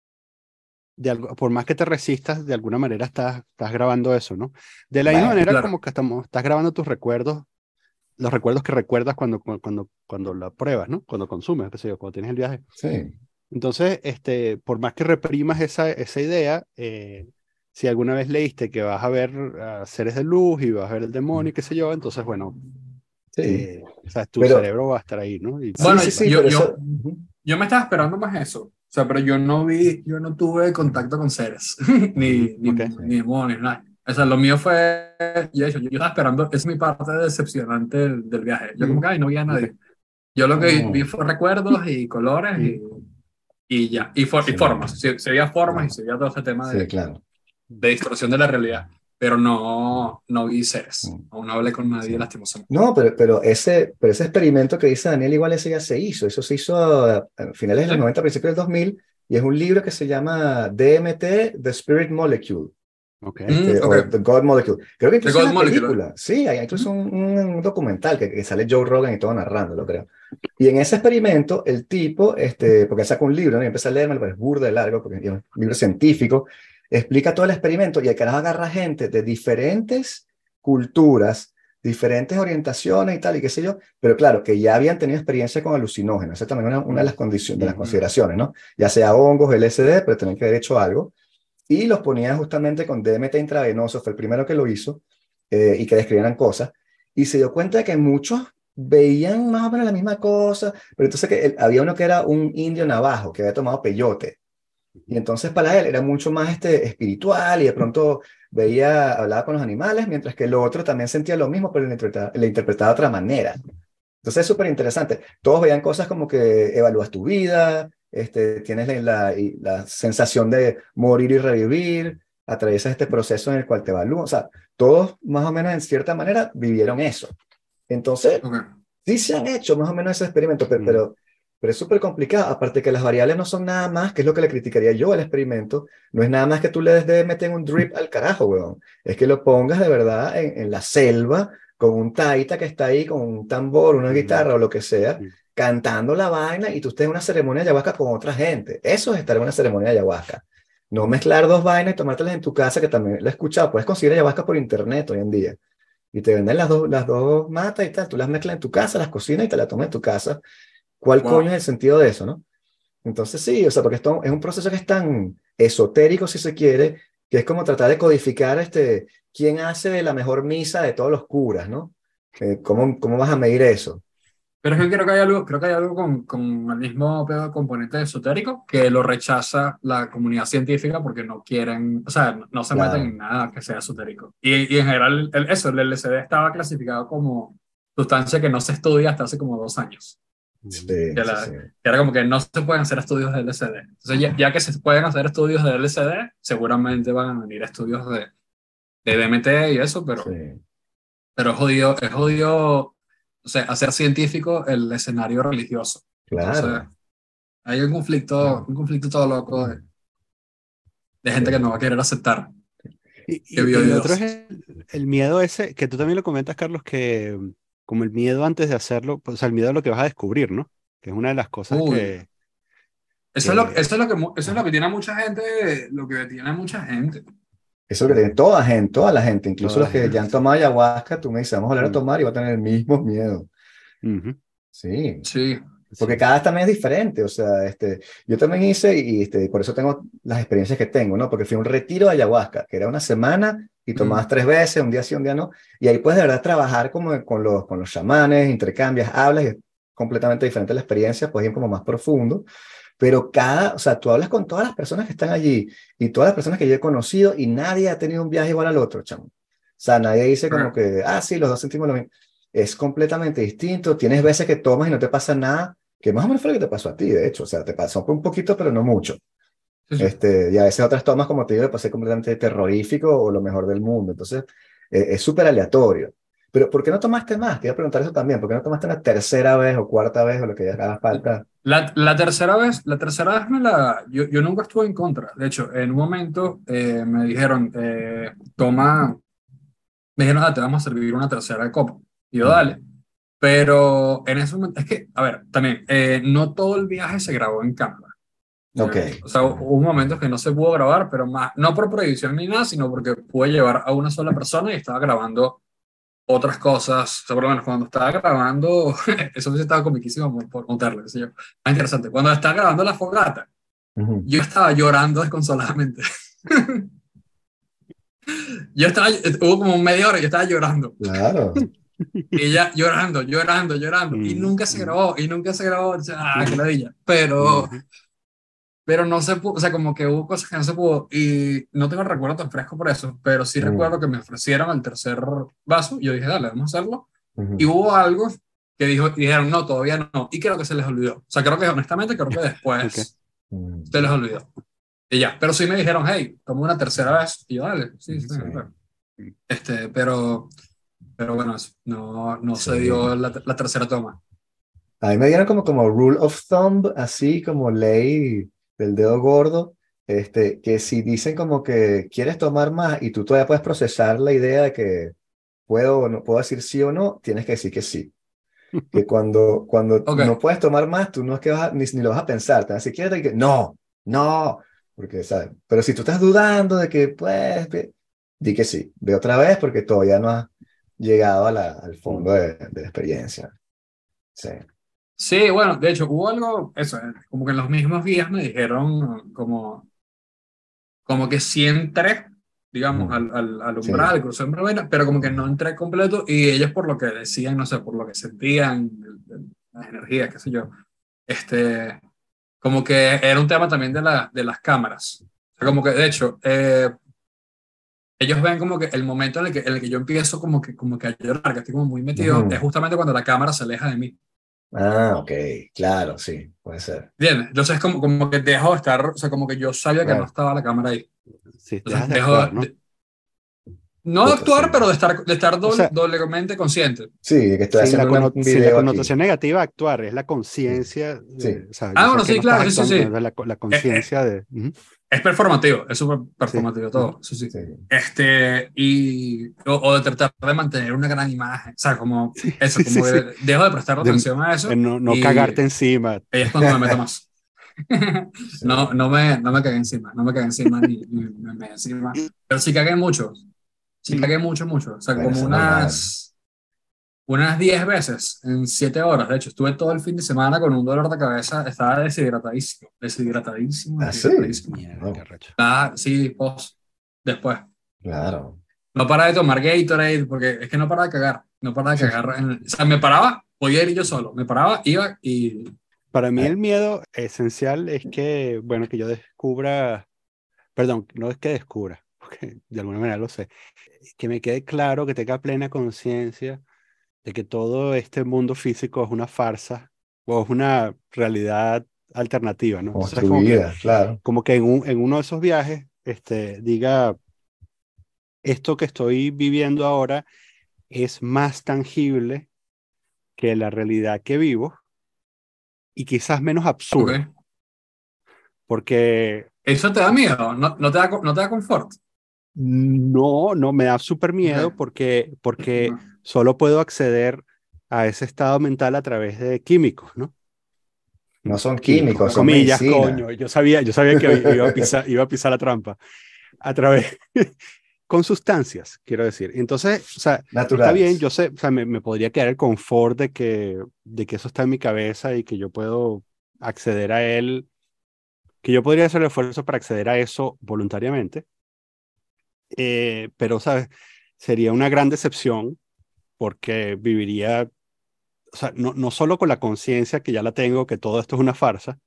por más que te resistas, de alguna manera estás grabando eso, ¿no? De la misma bueno, manera claro, como que estás grabando tus recuerdos, los recuerdos que recuerdas cuando la pruebas, ¿no? Cuando consumes, qué sé yo, cuando tienes el viaje. sí, Entonces, por más que reprimas esa idea, si alguna vez leíste que vas a ver seres de luz y vas a ver el demonio y qué sé yo, entonces, bueno, sí, o sea, tu pero cerebro va a estar ahí, ¿no? Y sí, bueno, sí, sí, yo, pero yo, eso, ujú. yo me estaba esperando más eso, o sea, pero yo no tuve contacto con seres, Ok. ni Sí. demonios, nada. O sea, lo mío fue, yo estaba esperando, es mi parte decepcionante del viaje. Yo como que, Mm, ay, no vi a Ok. nadie. Yo lo que vi mm, fue recuerdos y colores Mm, y ya, y sí, formas. Se veía formas y claro, se veía todo ese tema sí, claro. de distorsión de la realidad, pero no vi seres. Mm. Aún no hablé con Sí. nadie lastimosamente. No, pero ese experimento que dice Daniel, igual ese ya se hizo. Eso se hizo a finales de ¿Sí? los 90, principios del 2000, y es un libro que se llama DMT, The Spirit Molecule, ok. o Ok. The God Molecule. Creo que The incluso hay God una Molecule. película. Sí, hay incluso Ujú. un documental que sale Joe Rogan y todo narrándolo, creo. Y en ese experimento, el tipo, porque él saca un libro, ¿no? Y empieza a leerme, pero es burda de largo, porque es un libro científico, explica todo el experimento y el carajo agarra gente de diferentes culturas, diferentes orientaciones y tal, y qué sé yo, pero claro, que ya habían tenido experiencia con alucinógenos. Esa también es una de las Mm, condiciones, de las mm, consideraciones, ¿no? Ya sea hongos, LSD, pero tenían que haber hecho algo. Y los ponían justamente con DMT intravenoso, fue el primero que lo hizo, y que describieran cosas. Y se dio cuenta de que muchos veían más o menos la misma cosa, pero entonces había uno que era un indio navajo, que había tomado peyote. Y entonces para él era mucho más espiritual y de pronto hablaba con los animales, mientras que el otro también sentía lo mismo, pero le interpretaba de otra manera. Entonces es súper interesante. Todos veían cosas como que evalúas tu vida, tienes la sensación de morir y revivir, atraviesas este proceso en el cual te evalúan. O sea, todos más o menos en cierta manera vivieron eso. Entonces, Ok. sí se han hecho más o menos ese experimento, mm. pero es súper complicado. Aparte que las variables no son nada más, que es lo que le criticaría yo al experimento, no es nada más que tú le des de meter un drip al carajo, weón. Es que lo pongas de verdad en la selva con un taita que está ahí, con un tambor, una Mm, guitarra o lo que sea, mm, cantando la vaina y tú estés en una ceremonia de ayahuasca con otra gente. Eso es estar en una ceremonia de ayahuasca. No mm, mezclar dos vainas y tomártelas en tu casa, que también lo he escuchado. Puedes conseguir ayahuasca por internet hoy en día y te venden las dos matas y tal, tú las mezclas en tu casa, las cocinas y te las tomas en tu casa. ¿Cuál coño es Wow. el sentido de eso, no? Entonces sí, o sea, porque esto es un proceso que es tan esotérico, si se quiere, que es como tratar de codificar quién hace la mejor misa de todos los curas, ¿no? ¿Cómo vas a medir eso? Pero es que creo que hay algo con el mismo componente esotérico que lo rechaza la comunidad científica porque no quieren, o sea, no se meten Claro. en nada que sea esotérico. Y en general, el LSD estaba clasificado como sustancia que no se estudia hasta hace como 2 años. mm, Sí, Que, sí, sí. que era como que no se pueden hacer estudios de LSD. Entonces, ya que se pueden hacer estudios de LSD, seguramente van a venir estudios de DMT y eso, Sí, pero es jodido, o sea, hacer científico el escenario religioso. Entonces, claro. hay un conflicto todo loco de gente que no va a querer aceptar Y, que y vio el otro es videos. el miedo ese, que tú también lo comentas, Carlos, que como el miedo antes de hacerlo, pues, o sea, el miedo a lo que vas a descubrir, ¿no? Que es una de las cosas Uy, que eso es lo ajá, que tiene a mucha gente, lo que tiene a mucha gente. Eso es lo que tiene toda la gente, incluso toda los la que ya gente. han tomado ayahuasca, tú me dices, vamos a volver a Mm, tomar y va a tener el mismo miedo. ujú, Sí, Sí, porque sí. cada vez también es diferente, o sea, yo también hice y por eso tengo las experiencias que tengo, ¿no? Porque fui a un retiro de ayahuasca, que era una semana y tomabas mm, 3 veces, un día sí, un día no, y ahí puedes de verdad trabajar como con los chamanes, intercambias, hablas, y es completamente diferente la experiencia, puedes ir como más profundo, pero o sea, tú hablas con todas las personas que están allí y todas las personas que yo he conocido y nadie ha tenido un viaje igual al otro, chamo. O sea, nadie dice como correcto. que, ah, sí, los dos sentimos lo mismo. Es completamente distinto. Tienes veces que tomas y no te pasa nada, que más o menos fue lo que te pasó a ti, de hecho. O sea, te pasó un poquito, pero no mucho. Sí, sí. Y a veces otras tomas, como te digo, le pasé completamente terrorífico o lo mejor del mundo. Entonces, es súper aleatorio. Pero ¿por qué no tomaste más? Te iba a preguntar eso también. ¿Por qué no tomaste una tercera vez o cuarta vez o lo que haga falta? La tercera vez yo nunca estuve en contra. De hecho, en un momento me dijeron, me dijeron, te vamos a servir una tercera copa. Y yo, Mm, dale. Pero en ese momento, es que, a ver, también, no todo el viaje se grabó en cámara. ok. ¿Ya? O sea, hubo momentos que no se pudo grabar, pero más, no por prohibición ni nada, sino porque pude llevar a una sola persona y estaba grabando otras cosas. O sea, por lo menos cuando estaba grabando, eso sí estaba comiquísimo por contarlo, qué sé yo. Más interesante, cuando estaba grabando la fogata, Ujú. yo estaba llorando desconsoladamente. Hubo como media hora y yo estaba llorando. Claro. Y ella llorando, llorando, llorando. Y Mm, nunca se mm, grabó, y nunca se grabó. O sea, qué ujú, ladilla. Pero ujú, pero no se pudo, o sea, como que hubo cosas que no se pudo y no tengo el recuerdo tan fresco por eso, pero sí Mm, recuerdo que me ofrecieron el tercer vaso y yo dije, dale, vamos a hacerlo. Y ujú. hubo algo que dijeron, no, todavía no, y creo que se les olvidó. O sea, creo que honestamente, creo que ok, después se les Mm, olvidó. Y ya, pero sí me dijeron, hey, toma una tercera vez. Y yo, dale, sí, sí, sí, claro. mm, Pero bueno, eso, no se sí. dio la tercera toma. A mí me dieron como rule of thumb, así como ley del dedo gordo, que si dicen como que quieres tomar más y tú todavía puedes procesar la idea de que puedo o no puedo decir sí o no, tienes que decir que sí. Que cuando no Ok, puedes tomar más, tú no es que ni lo vas a pensar, te vas a decir, ¿quieres? Y que no, no, porque, ¿sabes? Pero si tú estás dudando de que, pues, di que sí, ve otra vez porque todavía no has llegado al mm, fondo de la experiencia. Sí. sí, bueno, de hecho, hubo algo, eso, como que en los mismos días me dijeron como que sí entré, digamos, Ujú. al Sí. umbral, crucé en primera, pero como que no entré completo y ellos por lo que decían, no sé, por lo que sentían, las energías, qué sé yo, este, como que era un tema también de las cámaras. O sea, como que, de hecho, ellos ven como que el momento en el que yo empiezo como que a llorar, que estoy como muy metido, es Ujú. justamente cuando la cámara se aleja de mí. Ah, ok, claro, sí, puede ser. ¿Entiendes? Entonces como que dejo de estar, o sea, como que yo sabía que no claro, estaba la cámara ahí. sí, Entonces dejas de dejo actuar, ¿no? no de Total, actuar, pero sí. de estar O sea, doblemente consciente. Sí, que estoy sin haciendo un sin la video aquí. connotación negativa de actuar, es la Sí, conciencia, sí, o sea, yo Ah, sé bueno, que sí, no estás claro, sí, sí, actuando, pero sí. es la Eh, eh, conciencia de, ujú, es performativo, es súper sí, performativo ujú, todo, eso sí. sí, O de tratar de mantener una gran imagen, o sea, como sí, eso, sí, sí, como sí, que dejo de prestar de, atención a eso no y cagarte encima, ahí es cuando me meto más. sí. No me cagué encima, no me cagué encima ni me meé encima, pero sí cagué mucho, sí mm, cagué mucho, mucho, o sea, Bueno, como eso es normal. unas 10 veces en 7 horas. De hecho, estuve todo el fin de semana con un dolor de cabeza. Estaba deshidratadísimo, deshidratadísimo, Ah, sí. deshidratadísimo. mierda, qué No, arrecho. Ah, sí, después. claro. No paraba de tomar Gatorade porque es que no paraba de cagar. No paraba de cagar. O sea, me paraba, podía ir yo solo. Me paraba, iba y... Para mí Ah, el miedo esencial es que, bueno, que yo descubra, perdón, no es que descubra, porque de alguna manera lo sé, que me quede claro, que tenga plena conciencia de que todo este mundo físico es una farsa o es una realidad alternativa, ¿no? Entonces, construida, claro. como que en uno de esos viajes, diga, esto que estoy viviendo ahora es más tangible que la realidad que vivo y quizás menos absurdo, Ok. porque ¿Eso te da miedo? ¿No te da, no te da confort? No, no, me da súper miedo Ok. porque No. solo puedo acceder a ese estado mental a través de químicos, ¿no? No son Químicos, químicos, son comillas, medicina. coño. Yo sabía que iba a pisar la trampa. A través, con sustancias, quiero decir. Entonces, o sea, está bien, Naturales. yo sé, o sea, me podría quedar el confort de que eso está en mi cabeza y que yo puedo acceder a él, que yo podría hacer el esfuerzo para acceder a eso voluntariamente. Pero, ¿sabes? Sería una gran decepción porque viviría, o sea, no solo con la conciencia que ya la tengo, que todo esto es una farsa,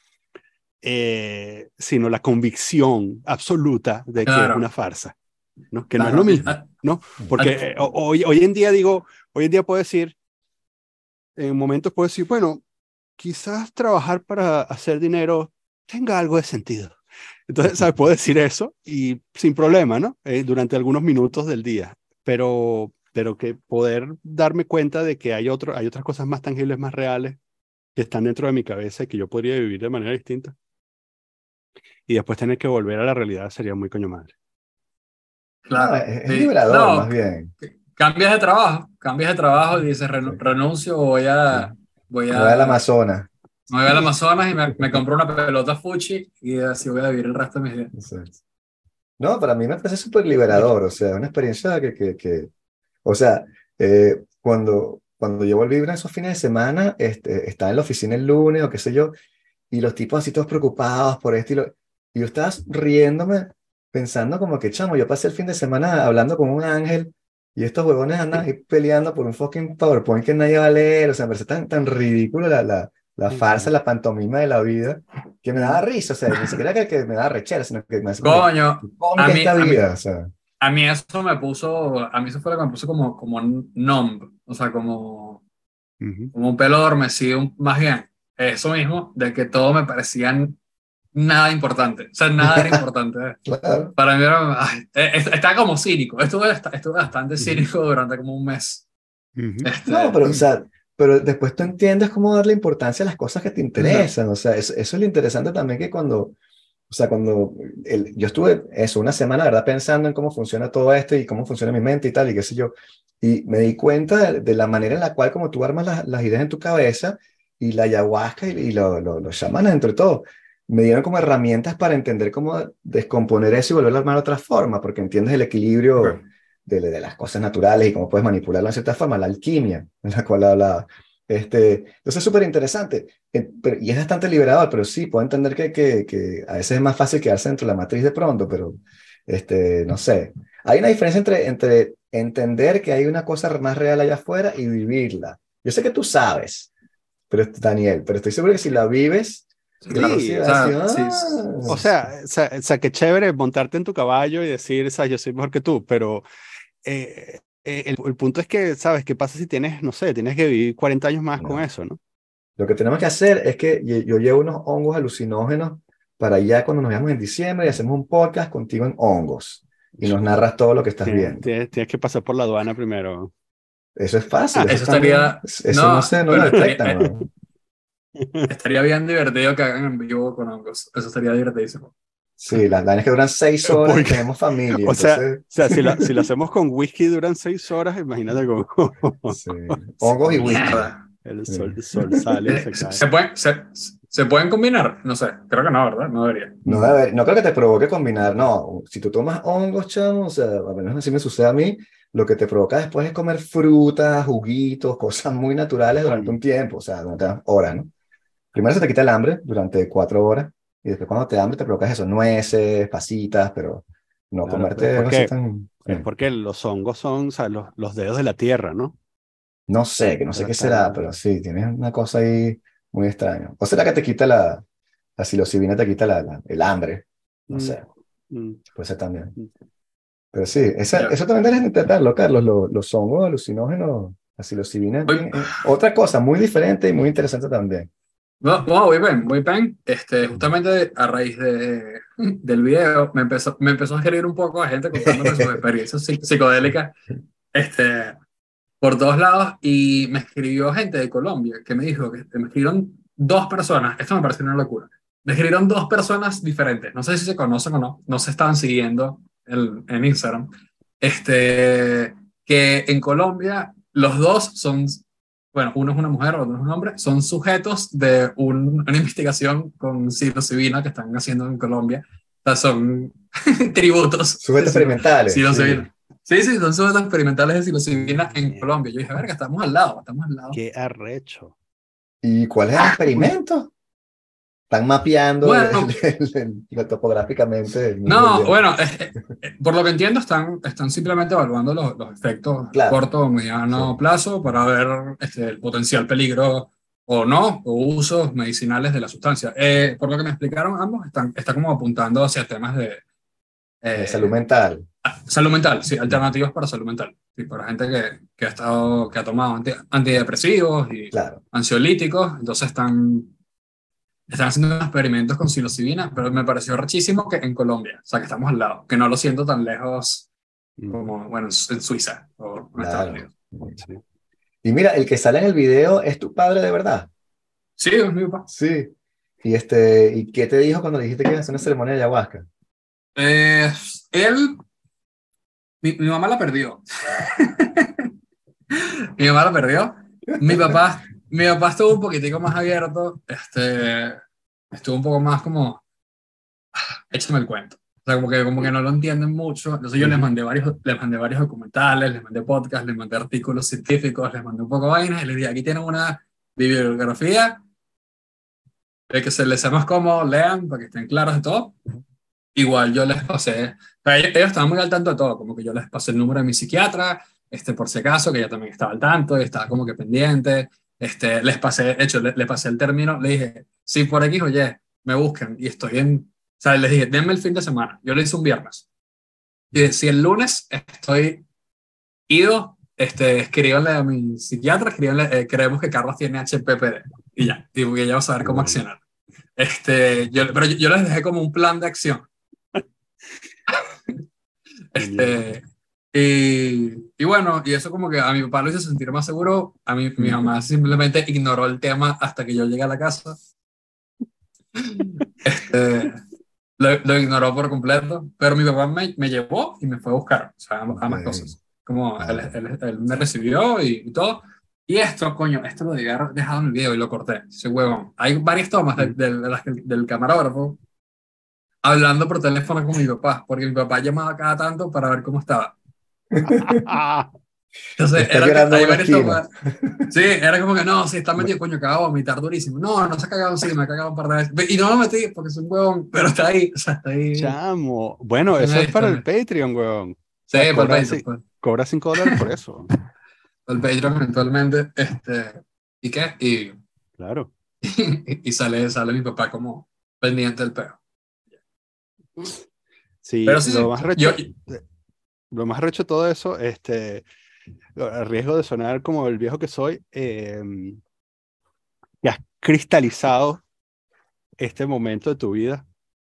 sino la convicción absoluta de que es una Claro, farsa, ¿no? Que no es lo claro. mismo, ¿no? Porque A- hoy en día digo, hoy en día puedo decir, en momentos puedo decir, bueno, quizás trabajar para hacer dinero tenga algo de sentido. Entonces, ¿sabes? Puedo decir eso y sin problema, ¿no? Durante algunos minutos del día, pero que poder darme cuenta de que hay otras cosas más tangibles, más reales, que están dentro de mi cabeza y que yo podría vivir de manera distinta. Y después tener que volver a la realidad sería muy coño madre. No, claro, es sí. liberador, más No, bien. cambias de trabajo y dices Sí, renuncio o sí. voy Me voy al a, Amazonas. me voy al Amazonas y me compro una pelota fuchi y así voy a vivir el resto de mis días. Exacto. No, para mí me parece súper liberador, o sea, una experiencia o sea, cuando yo volví a esos fines de semana, estaba en la oficina el lunes o qué sé yo, y los tipos así todos preocupados por esto y yo estaba riéndome, pensando como que, chamo, yo pasé el fin de semana hablando con un ángel y estos huevones andan ahí peleando por un fucking PowerPoint que nadie va a leer, o sea, me parece tan ridículo la farsa, Ujú. la pantomima de la vida, que me daba Mm. risa, o sea, ni siquiera que me daba rechera, sino que me hace como que, Coño, qué cómica esta a mí, vida, o sea. a mí eso fue lo que me puso como numb, o sea, Ujú. como un pelo adormecido, más bien, eso mismo, de que todo me parecía nada importante, o sea, nada era importante. Claro. Para mí era, estaba como cínico, estuve bastante Ujú. cínico durante como un mes. Ujú. No, Este, pero, o sea, pero después tú entiendes cómo darle importancia a las cosas que te interesan. O sea, eso es lo interesante también que o sea, yo estuve eso, una semana, ¿verdad? Pensando en cómo funciona todo esto y cómo funciona mi mente y tal, y qué sé yo. Y me di cuenta de la manera en la cual como tú armas las ideas en tu cabeza y la ayahuasca y los chamanes, entre todo, me dieron como herramientas para entender cómo descomponer eso y volverlo a armar de otra forma, porque entiendes el equilibrio ok. de las cosas naturales y cómo puedes manipularlo de cierta forma, la alquimia en la cual hablaba. Entonces es súper interesante y es bastante liberador, pero sí, puedo entender que a veces es más fácil quedarse dentro de la matriz de pronto, pero no sé. Hay una diferencia entre entender que hay una cosa más real allá afuera y vivirla. Yo sé que tú sabes, Daniel, pero estoy seguro que si la vives, Sí, claro. sí Sí, O vas a decir, sea, sí, o ah, sea, qué chévere montarte en tu caballo y decir, sabes, yo soy mejor que tú, pero el punto es que, ¿sabes? ¿Qué pasa si tienes, no sé, tienes que vivir 40 años más con no. eso, ¿no? Lo que tenemos que hacer es que yo llevo unos hongos alucinógenos para allá cuando nos veamos en diciembre y hacemos un podcast contigo en hongos y nos narras todo lo que estás viendo. Tienes que pasar por la aduana primero. Eso es fácil, eso eso está muy, estaría, eso no, no lo bueno, detectan, weón. estaría bien divertido que hagan en vivo con hongos, eso estaría divertidísimo. Sí, las vainas que duran 6 horas y Porque, tenemos familia, o entonces, sea, si lo hacemos con whisky duran 6 horas, imagínate cómo sí, sí, hongos y whisky. Mierda. Sí. el sol sale y se ¿Se, cae. se pueden combinar? No sé, creo que no, ¿verdad? No debería. No creo que te provoque combinar, no. Si tú tomas hongos, chamo, o sea, al menos así me sucede a mí, lo que te provoca después es comer frutas, juguitos, cosas muy naturales durante un Mm. tiempo, o sea, durante horas, ¿no? Primero se te quita el hambre durante 4 horas y después cuando te da hambre te provocas eso, nueces, pasitas, pero no Claro, comerte algo así tan... es porque los hongos son, o sea, los dedos de la tierra, ¿no? No sé, que no sé Pero qué será, está. pero sí, tienes una cosa ahí muy extraña. ¿O será que te quita la psilocibina, te quita el hambre? No Mm, sé, mm, puede ser también. mm. Pero sí, Ya. eso también debes intentarlo, Carlos, los hongos alucinógenos, la psilocibina es Voy, otra cosa muy diferente y muy interesante también. Muy bien. Justamente a raíz del video me empezó a escribir un poco de gente contándome sus experiencias psicodélicas este, por todos lados y me escribió gente de Colombia que me dijo que me escribieron dos personas, esto me pareció una locura, describieron dos personas diferentes. No sé si se conocen o no. No se estaban siguiendo en Instagram. Que en Colombia los dos son, bueno, uno es una mujer, otro es un hombre, son sujetos de una investigación con psilocibina que están haciendo en Colombia. O sea, son tributos de Sujetos experimentales, sí. psilocibina. Sí, sí, son sujetos experimentales de psilocibina en Colombia. Yo dije, verga, estamos al lado, estamos al lado. Qué arrecho. ¿Y cuál es el experimento? Están mapeando Bueno, topográficamente. no, bueno, por lo que entiendo están simplemente evaluando los efectos a Claro, corto o mediano sí. plazo para ver el potencial peligro o no, o usos medicinales de la sustancia. Por lo que me explicaron ambos, está como apuntando hacia temas de Salud eh, mental, salud mental, sí, alternativas para salud mental. Sí, para gente que ha tomado antidepresivos y claro. ansiolíticos, entonces están haciendo experimentos con psilocibina, pero me pareció rechísimo que en Colombia, o sea, que estamos al lado, que no lo siento tan lejos Mm, como, bueno, en Suiza o en Estados Claro. Unidos. sí. Y mira, el que sale en el video es tu padre de verdad. Sí, es mi papá. Sí. ¿Y qué te dijo cuando le dijiste que iba a hacer una ceremonia de ayahuasca? Eh, él, mi mamá la perdió. Mi mamá la perdió. Mi papá estuvo un poquitico más abierto, estuvo un poco más como, échame el cuento. O sea, como que no lo entienden mucho. Entonces yo Ujú. les mandé varios documentales, les mandé podcasts, les mandé artículos científicos, les mandé un poco de vainas y les dije, aquí tienen una bibliografía de que se les sea más cómodo, lean para que estén claros de todo. Igual yo les pasé, o sea, ellos estaban muy al tanto de todo, como que yo les pasé el número de mi psiquiatra, por si acaso, que ella también estaba al tanto y estaba como que pendiente. Les pasé, de hecho, le pasé el término, le dije, si por X o Y me buscan y estoy o sea, les dije, denme el fin de semana. Yo le hice un viernes. Y si el lunes estoy ido, escríbanle a mi psiquiatra, escríbanle, creemos que Carlos tiene HPPD. Y ya, y ella va a saber cómo Bueno, accionar. Pero yo les dejé como un plan de acción. genial. Este, y bueno, y eso como que a mi papá lo hizo sentir más seguro, a mi Mm. mamá simplemente ignoró el tema hasta que yo llegué a la casa. Este, lo ignoró por completo, pero mi papá me llevó y me fue a buscar, o sea, Ok, ambas cosas. Como claro. él me recibió y todo. Y esto, coño, esto lo debía haber dejado en el video y lo corté, ese huevón. Hay varias tomas Mm. del camarógrafo hablando por teléfono con mi papá, porque mi papá llamaba cada tanto para ver cómo estaba. Y Entonces, está llorando en hay una varias esquina. tomas. Sí, era como que no, si está Me- metido, coño, acaba de vomitar durísimo. No, no se ha cagado, sí, me ha cagado un par de veces. Y no lo metí porque es un huevón, pero está ahí, o sea, está ahí. Chamo. Bueno, Están eso ahí, es para están el ahí. Patreon, weón. O Sí, sea, para el Patreon, cobra $5 por eso. para el Patreon eventualmente. ¿Y qué? Claro. Y sale mi papá como pendiente del peo. Sí, Pero sí, sí, lo más recho de todo eso, a riesgo de sonar como el viejo que soy, que has cristalizado este momento de tu vida.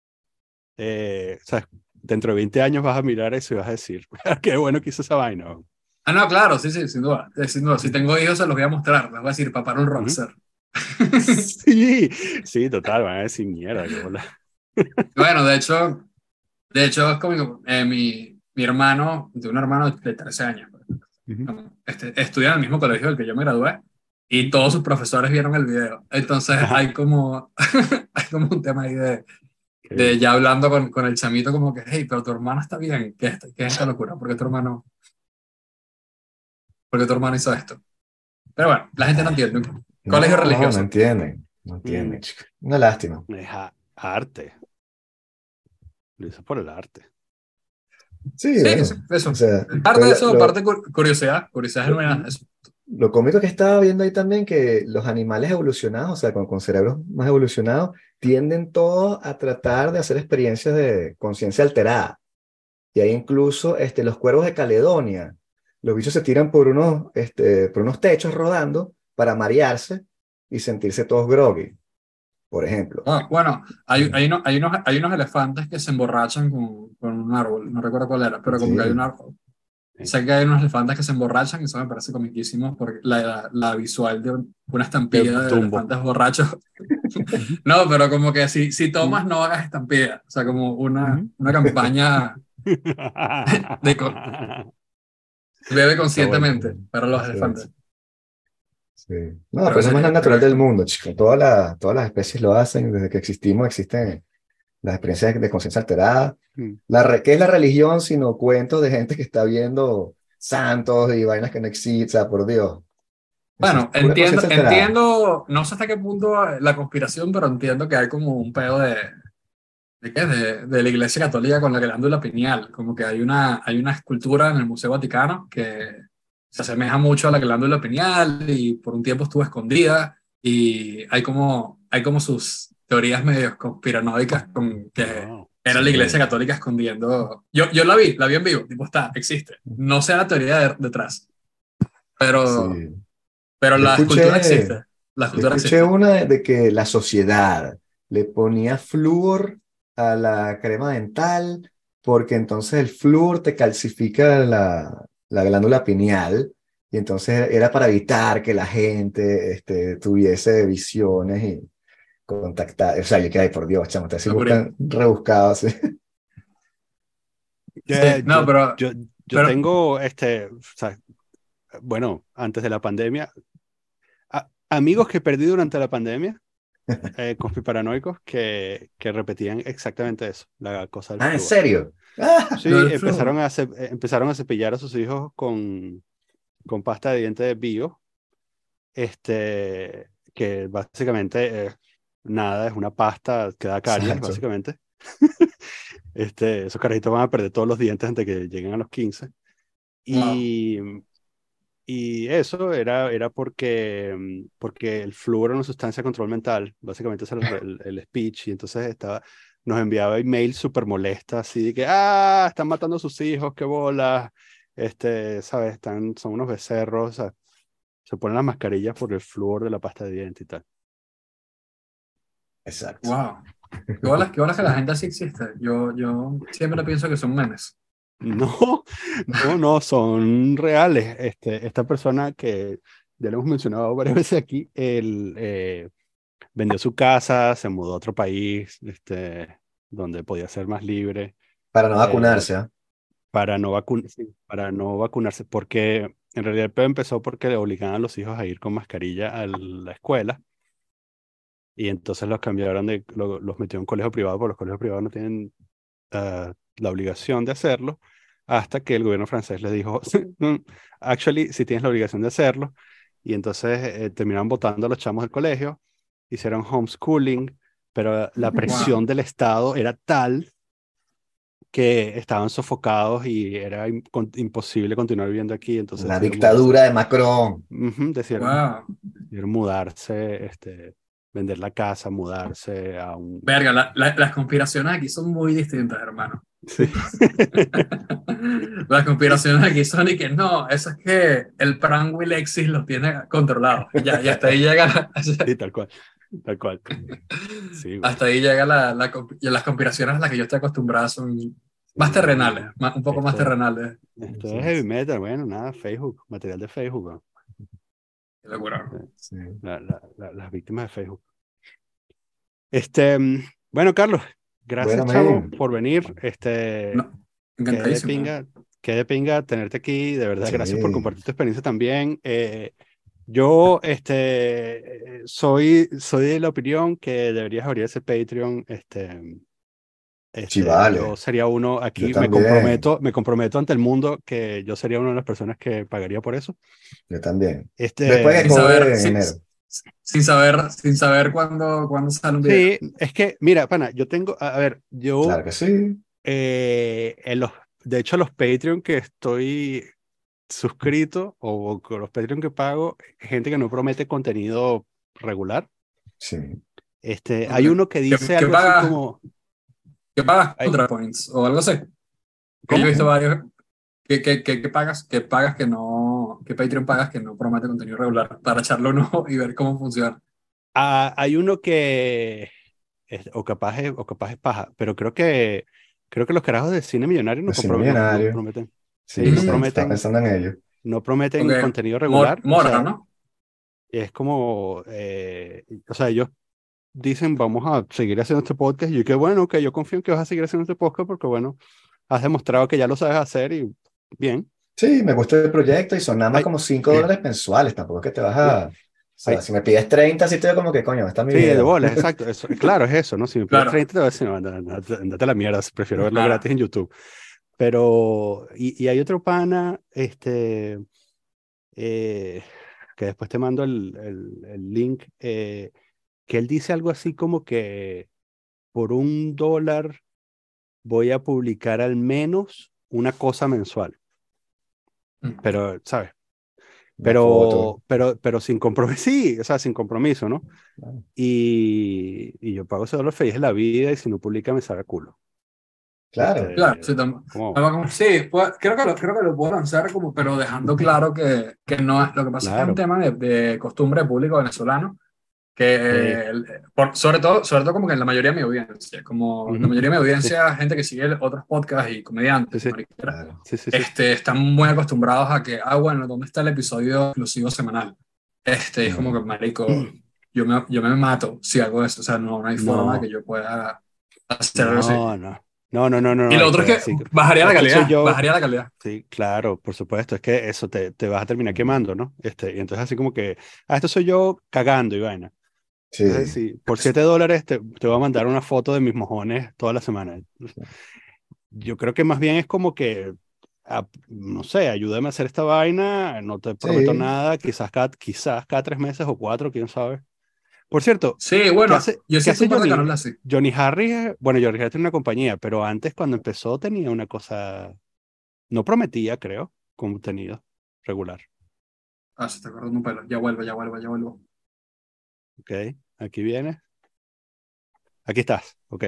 O sea, dentro de 20 años vas a mirar eso y vas a decir, qué bueno que hizo esa vaina. Ah, no, claro, sí, sí, sin duda. Sin duda. Si tengo hijos, se los voy a mostrar. Les voy a decir, papá era un Ujú. rockstar. Sí, sí, total, van a decir mierda, qué bola. Bueno, de hecho es como mi hermano, de un hermano de 13 años, pues, Ujú. estudia en el mismo colegio del que yo me gradué y todos sus profesores vieron el video. Entonces Ajá, hay como un tema ahí qué de bien. ya hablando con el chamito como que, hey, pero tu hermano está bien, ¿qué es esta locura? ¿Por qué tu hermano hizo esto? Pero bueno, la gente no Ay, entiende. Colegio no, no, no religioso. entienden. No entienden, Mm, chico. Una lástima. es arte, lo hizo por el arte. Sí, Sí, bueno. sí, O eso. sea, Parte pero de eso, parte curiosidad Lo- genuina, eso. lo cómico que estaba viendo ahí también que los animales evolucionados, o sea, con cerebros más evolucionados, tienden todos a tratar de hacer experiencias de conciencia alterada. Y hay incluso los cuervos de Caledonia. Los bichos se tiran por unos techos rodando para marearse y sentirse todos groggy, por ejemplo. Ah, bueno, hay unos elefantes que se emborrachan con un árbol, no recuerdo cuál era, pero como que hay un Sí. árbol. Sí. Sé que hay unos elefantes que se emborrachan y eso me parece comiquísimo porque la visual de una De estampilla de Dumbo. elefantes borrachos No, pero como que si tomas, no hagas estampida. O sea, como una campaña de bebe Está bueno. conscientemente para los Sí, elefantes. sí. No, Creo pero que eso es más sería, natural creo del que mundo, chico. Todas las especies lo hacen, desde que existimos existen las experiencias de conciencia alterada. Mm. ¿Qué es la religión sino cuentos de gente que está viendo santos y vainas que no existen? O sea, por Dios. Eso es bueno, pura conciencia alterada. entiendo, no sé hasta qué punto la conspiración, pero entiendo que hay como un pedo ¿de qué? De la Iglesia Católica con la glándula pineal. Como que hay una escultura en el Museo Vaticano que se asemeja mucho a la glándula pineal y por un tiempo estuvo escondida y hay como sus teorías medio conspiranoicas con que Wow. era Sí, la Iglesia Católica escondiendo. Yo la vi en vivo, tipo, existe. No sé la teoría detrás, pero, sí. pero Yo la escultura escuché, existe. La yo escultura escuché existe. una de que la sociedad le ponía flúor a la crema dental porque entonces el flúor te calcifica la glándula pineal y entonces era para evitar que la gente tuviese visiones y contactar. O sea, yo quedé, "Ay, por Dios, chamo, ustedes sí Locura. buscan rebuscados". ¿Sí? Sí, no, Yo, yo pero tengo, o sea, bueno, antes de la pandemia, amigos que perdí durante la pandemia, conspiranoicos, que repetían exactamente eso, la cosa del Ah, ¿en flúor. serio? Ah, lo Sí, del flúor. empezaron a cepillar a sus hijos con pasta de dientes bio, que básicamente nada, es una pasta que da caries, exacto. básicamente. Esos carajitos van a perder todos los dientes antes de que lleguen a los 15. Wow. Y, y eso era porque el flúor era una sustancia de control mental, básicamente ese era el speech, y entonces nos enviaba emails súper molestas, así de que, están matando a sus hijos, qué bolas, ¿sabes? Son unos becerros, o sea, se ponen las mascarillas por el flúor de la pasta de dientes y tal. Exacto. Wow. Qué bolas que la gente así existe. Yo siempre pienso que son memes. No, no, son reales. Esta persona que ya lo hemos mencionado varias veces aquí, él vendió su casa, se mudó a otro país, donde podía ser más libre, Para no eh, vacunarse, ¿ah? sí, para no vacunarse, porque en realidad el pedo empezó porque le obligaban a los hijos a ir con mascarilla a la escuela y entonces los cambiaron los metió en un colegio privado, porque los colegios privados no tienen la obligación de hacerlo, hasta que el gobierno francés les dijo, "Mm, actually, si tienes la obligación de hacerlo", y entonces terminaron votando a los chamos del colegio, hicieron homeschooling, pero la Wow. presión del Estado era tal que estaban sofocados y era imposible continuar viviendo aquí, entonces La decidieron mudarse. dictadura de Macron. Ujú, Wow. decidieron mudarse, vender la casa, mudarse a un... Verga, las conspiraciones aquí son muy distintas, hermano. Sí. Las conspiraciones aquí son y que no, eso es que el Pran Alexis los tiene controlados. Y hasta ahí llega, Sí, tal cual, tal cual. Sí, güey. hasta ahí llega y las conspiraciones a las que yo estoy acostumbrado son más Sí, no, terrenales, no. un poco más Esto, terrenales. esto es heavy Sí, metal, bueno, nada, Facebook, material de Facebook, güey. Qué locura. sí. Las víctimas de Facebook. Este, mm, bueno, Carlos, gracias, Bueno, chamo, men. por venir. No, Qué de encantadísimo. pinga, qué de pinga tenerte aquí, de verdad, gracias por Sí. compartir tu experiencia también. Yo, soy de la opinión que deberías abrir ese Patreon, Sí, yo vale. sería uno, Yo aquí también. me comprometo ante el mundo que yo sería una de las personas que pagaría por eso. Yo también. Este, Después que Sin saber, cobre en sin, enero. sin saber cuándo sale un video. sí, es que, mira, pana, yo tengo, a ver, Claro yo, que sí. de hecho, los Patreon que estoy suscrito o con los Patreon que pago, gente que no promete contenido regular. Sí. Hay Ok. uno que dice Qué algo así pagas, como, qué pagas ay, ContraPoints o algo así? Que yo he ¿cómo? visto ¿Eh? varios. ¿Qué pagas que no, qué Patreon pagas que no promete contenido regular para echarlo un ojo y ver cómo funciona? Hay uno que, o capaz es paja, pero creo que los carajos de Cine Millonario Vecino no millonario. prometen. Sí, Sí, Mm, estaba pensando en ello. no prometen ok. contenido regular. O Mora, sea, ¿no? es como, o sea, ellos dicen, vamos a seguir haciendo este podcast. Y yo, que bueno, que yo confío en que vas a seguir haciendo este podcast porque, bueno, has demostrado que ya lo sabes hacer y bien. Sí, me gusta el proyecto y son nada más Ay, como $5 mensuales, tampoco es que te vas a... O sea, ay, si me pides 30, sí te digo como que, coño, esta es mi sí, de vida. bolas, exacto. Eso, claro, es eso, ¿no? Si me pides Claro, 30, te voy a decir, no, andate a la mierda, prefiero verlo claro. gratis en YouTube. Pero, y hay otro pana, que después te mando el link, que él dice algo así como que por $1 voy a publicar al menos una cosa mensual. Pero, ¿sabes? Una foto. Pero sin compromiso, sí, o sea, sin compromiso, ¿no? Claro. Y yo pago ese $1 feliz de la vida y si no publica me sabe a culo. Claro. Claro, sí, Como, sí, creo que lo puedo lanzar como, pero dejando claro que no es, lo que pasa es que es un claro, tema de costumbre de público venezolano, que sí, sobre todo como que en la mayoría de mi audiencia, como la ujú, mayoría de mi sí, audiencia, gente que sigue otros podcasts y sí, comediantes, y sí, mariquera, Claro. sí, sí, sí, están muy acostumbrados a que, bueno, ¿dónde está el episodio exclusivo semanal? Es como que, No. marico, yo me mato si hago eso, o sea, no hay forma que no, yo pueda hacer algo así. no, no, no, no, no, no, Y no, lo y otro es que que así, bajaría la esto soy calidad, yo, bajaría la calidad. sí, claro, por supuesto, es que eso te vas a terminar quemando, ¿no? Y entonces así como que, esto soy yo cagando y vaina. Entonces, Sí. sí, por $7 te voy a mandar una foto de mis mojones toda la semana. Yo creo que más bien es como que, no sé, ayúdame a hacer esta vaina, no te prometo Sí. nada, quizás cada 3 meses o 4, quién sabe. Por cierto, Sí, ¿qué bueno, hace, yo qué siento hace un par de Johnny? canales así. Johnny Harris, bueno, Johnny Harris tiene una compañía, pero antes cuando empezó tenía una cosa, no prometía, creo, contenido regular. Ah, se está cortando un pelo. Ya vuelvo, ya vuelvo, ya vuelvo. Ok, aquí viene. Aquí estás, ok.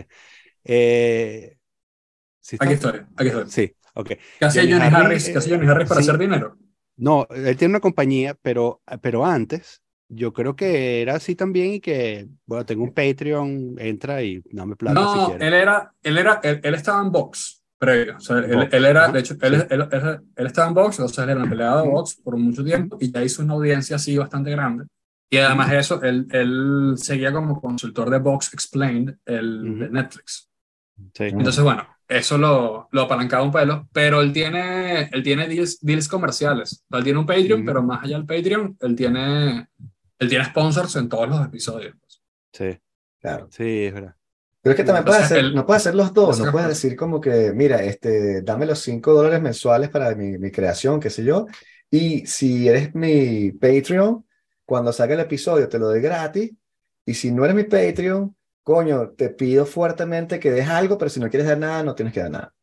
Eh, ¿Sí Aquí estás? estoy, aquí estoy. Sí, ok. ¿Qué Johnny hace Johnny Harris, Harris? ¿Qué hace Johnny Harris para hacer sí, dinero? no, él tiene una compañía, pero antes yo creo que era así también y que, bueno, tengo un Patreon, entra y dame plata si No, quieres. él estaba en box previo. O sea, él Vox, era, de ajá, hecho, sí. él estaba en box, o sea, él era un empleado de Ujú, box por mucho ujú, tiempo y ya hizo una audiencia así bastante grande. Y ujú, además de eso, él seguía como consultor de Box Explained, el de ujú, Netflix. sí. Entonces, bueno, eso lo apalancaba un pelo, pero él tiene deals comerciales. O sea, él tiene un Patreon, Ujú, pero más allá del Patreon, él tiene sponsors en todos los episodios. sí, Claro. sí, es verdad. Pero es que también puedes Entonces, hacer, él no puedes hacer los dos, les no saca puedes provecho. decir como que, mira, dame los $5 mensuales para mi creación, qué sé yo, y si eres mi Patreon, cuando salga el episodio te lo doy gratis, y si no eres mi Patreon, coño, te pido fuertemente que des algo, pero si no quieres dar nada, no tienes que dar nada.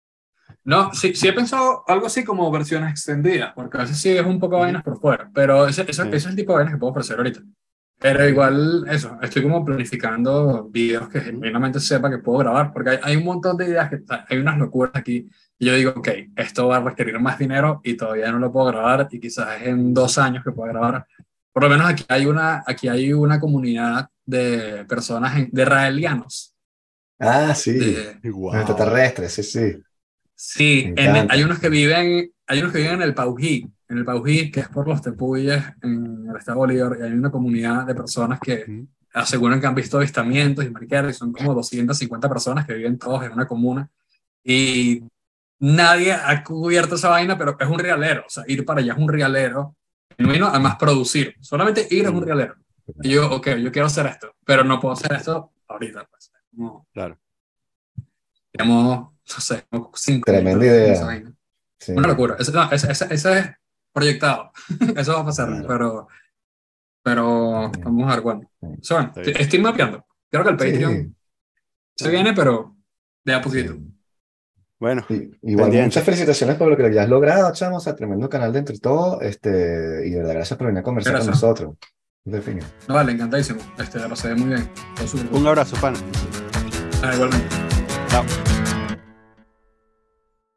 No, sí he pensado algo así como versiones extendidas, porque a veces sí es un poco Ujú, vainas por fuera, pero ese sí, es el tipo de vainas que puedo ofrecer ahorita. Pero ujú, igual, eso, estoy como planificando videos que ujú, genuinamente sepa que puedo grabar, porque hay un montón de ideas, hay unas locuras aquí, y yo digo, ok, esto va a requerir más dinero y todavía no lo puedo grabar, y quizás es en ujú, 2 años que pueda grabar. Por lo menos aquí hay una comunidad de personas, de israelianos, Ah, sí, los wow. extraterrestres, sí, sí, me sí, hay encanta. unos que viven en el Paují, que es por los Tepuyes, en el estado de Bolívar, y hay una comunidad de personas que Ujú, aseguran que han visto avistamientos y mariqueras, y son como 250 personas que viven todos en una comuna, y nadie ha cubierto esa vaina, pero es un realero, o sea, ir para allá es un realero, genuino, además producir, solamente ir es un mm, realero. Y yo, ok, yo quiero hacer esto, pero no puedo hacer esto ahorita, pues. Como, claro, tenemos, no sé, como 5 años Tremenda trabajando en esa idea, vaina. sí, Una locura. Ese, no, ese es proyectado. Eso va a pasar, claro. pero vamos a ver cuándo. Sí, So, bueno, está bien. estoy mapeando. Creo que el sí, Patreon se Bueno, viene, pero de a poquito. sí. bueno, Igual, muchas pendiente. felicitaciones por lo que ya has logrado, chamo, o sea, tremendo canal de entre todo, y de verdad, gracias por venir a conversar con Gracias. nosotros. De fin. No, vale, encantadísimo. La pasé muy bien. Todo súper cool. Un abrazo, pana. Igualmente. Chao.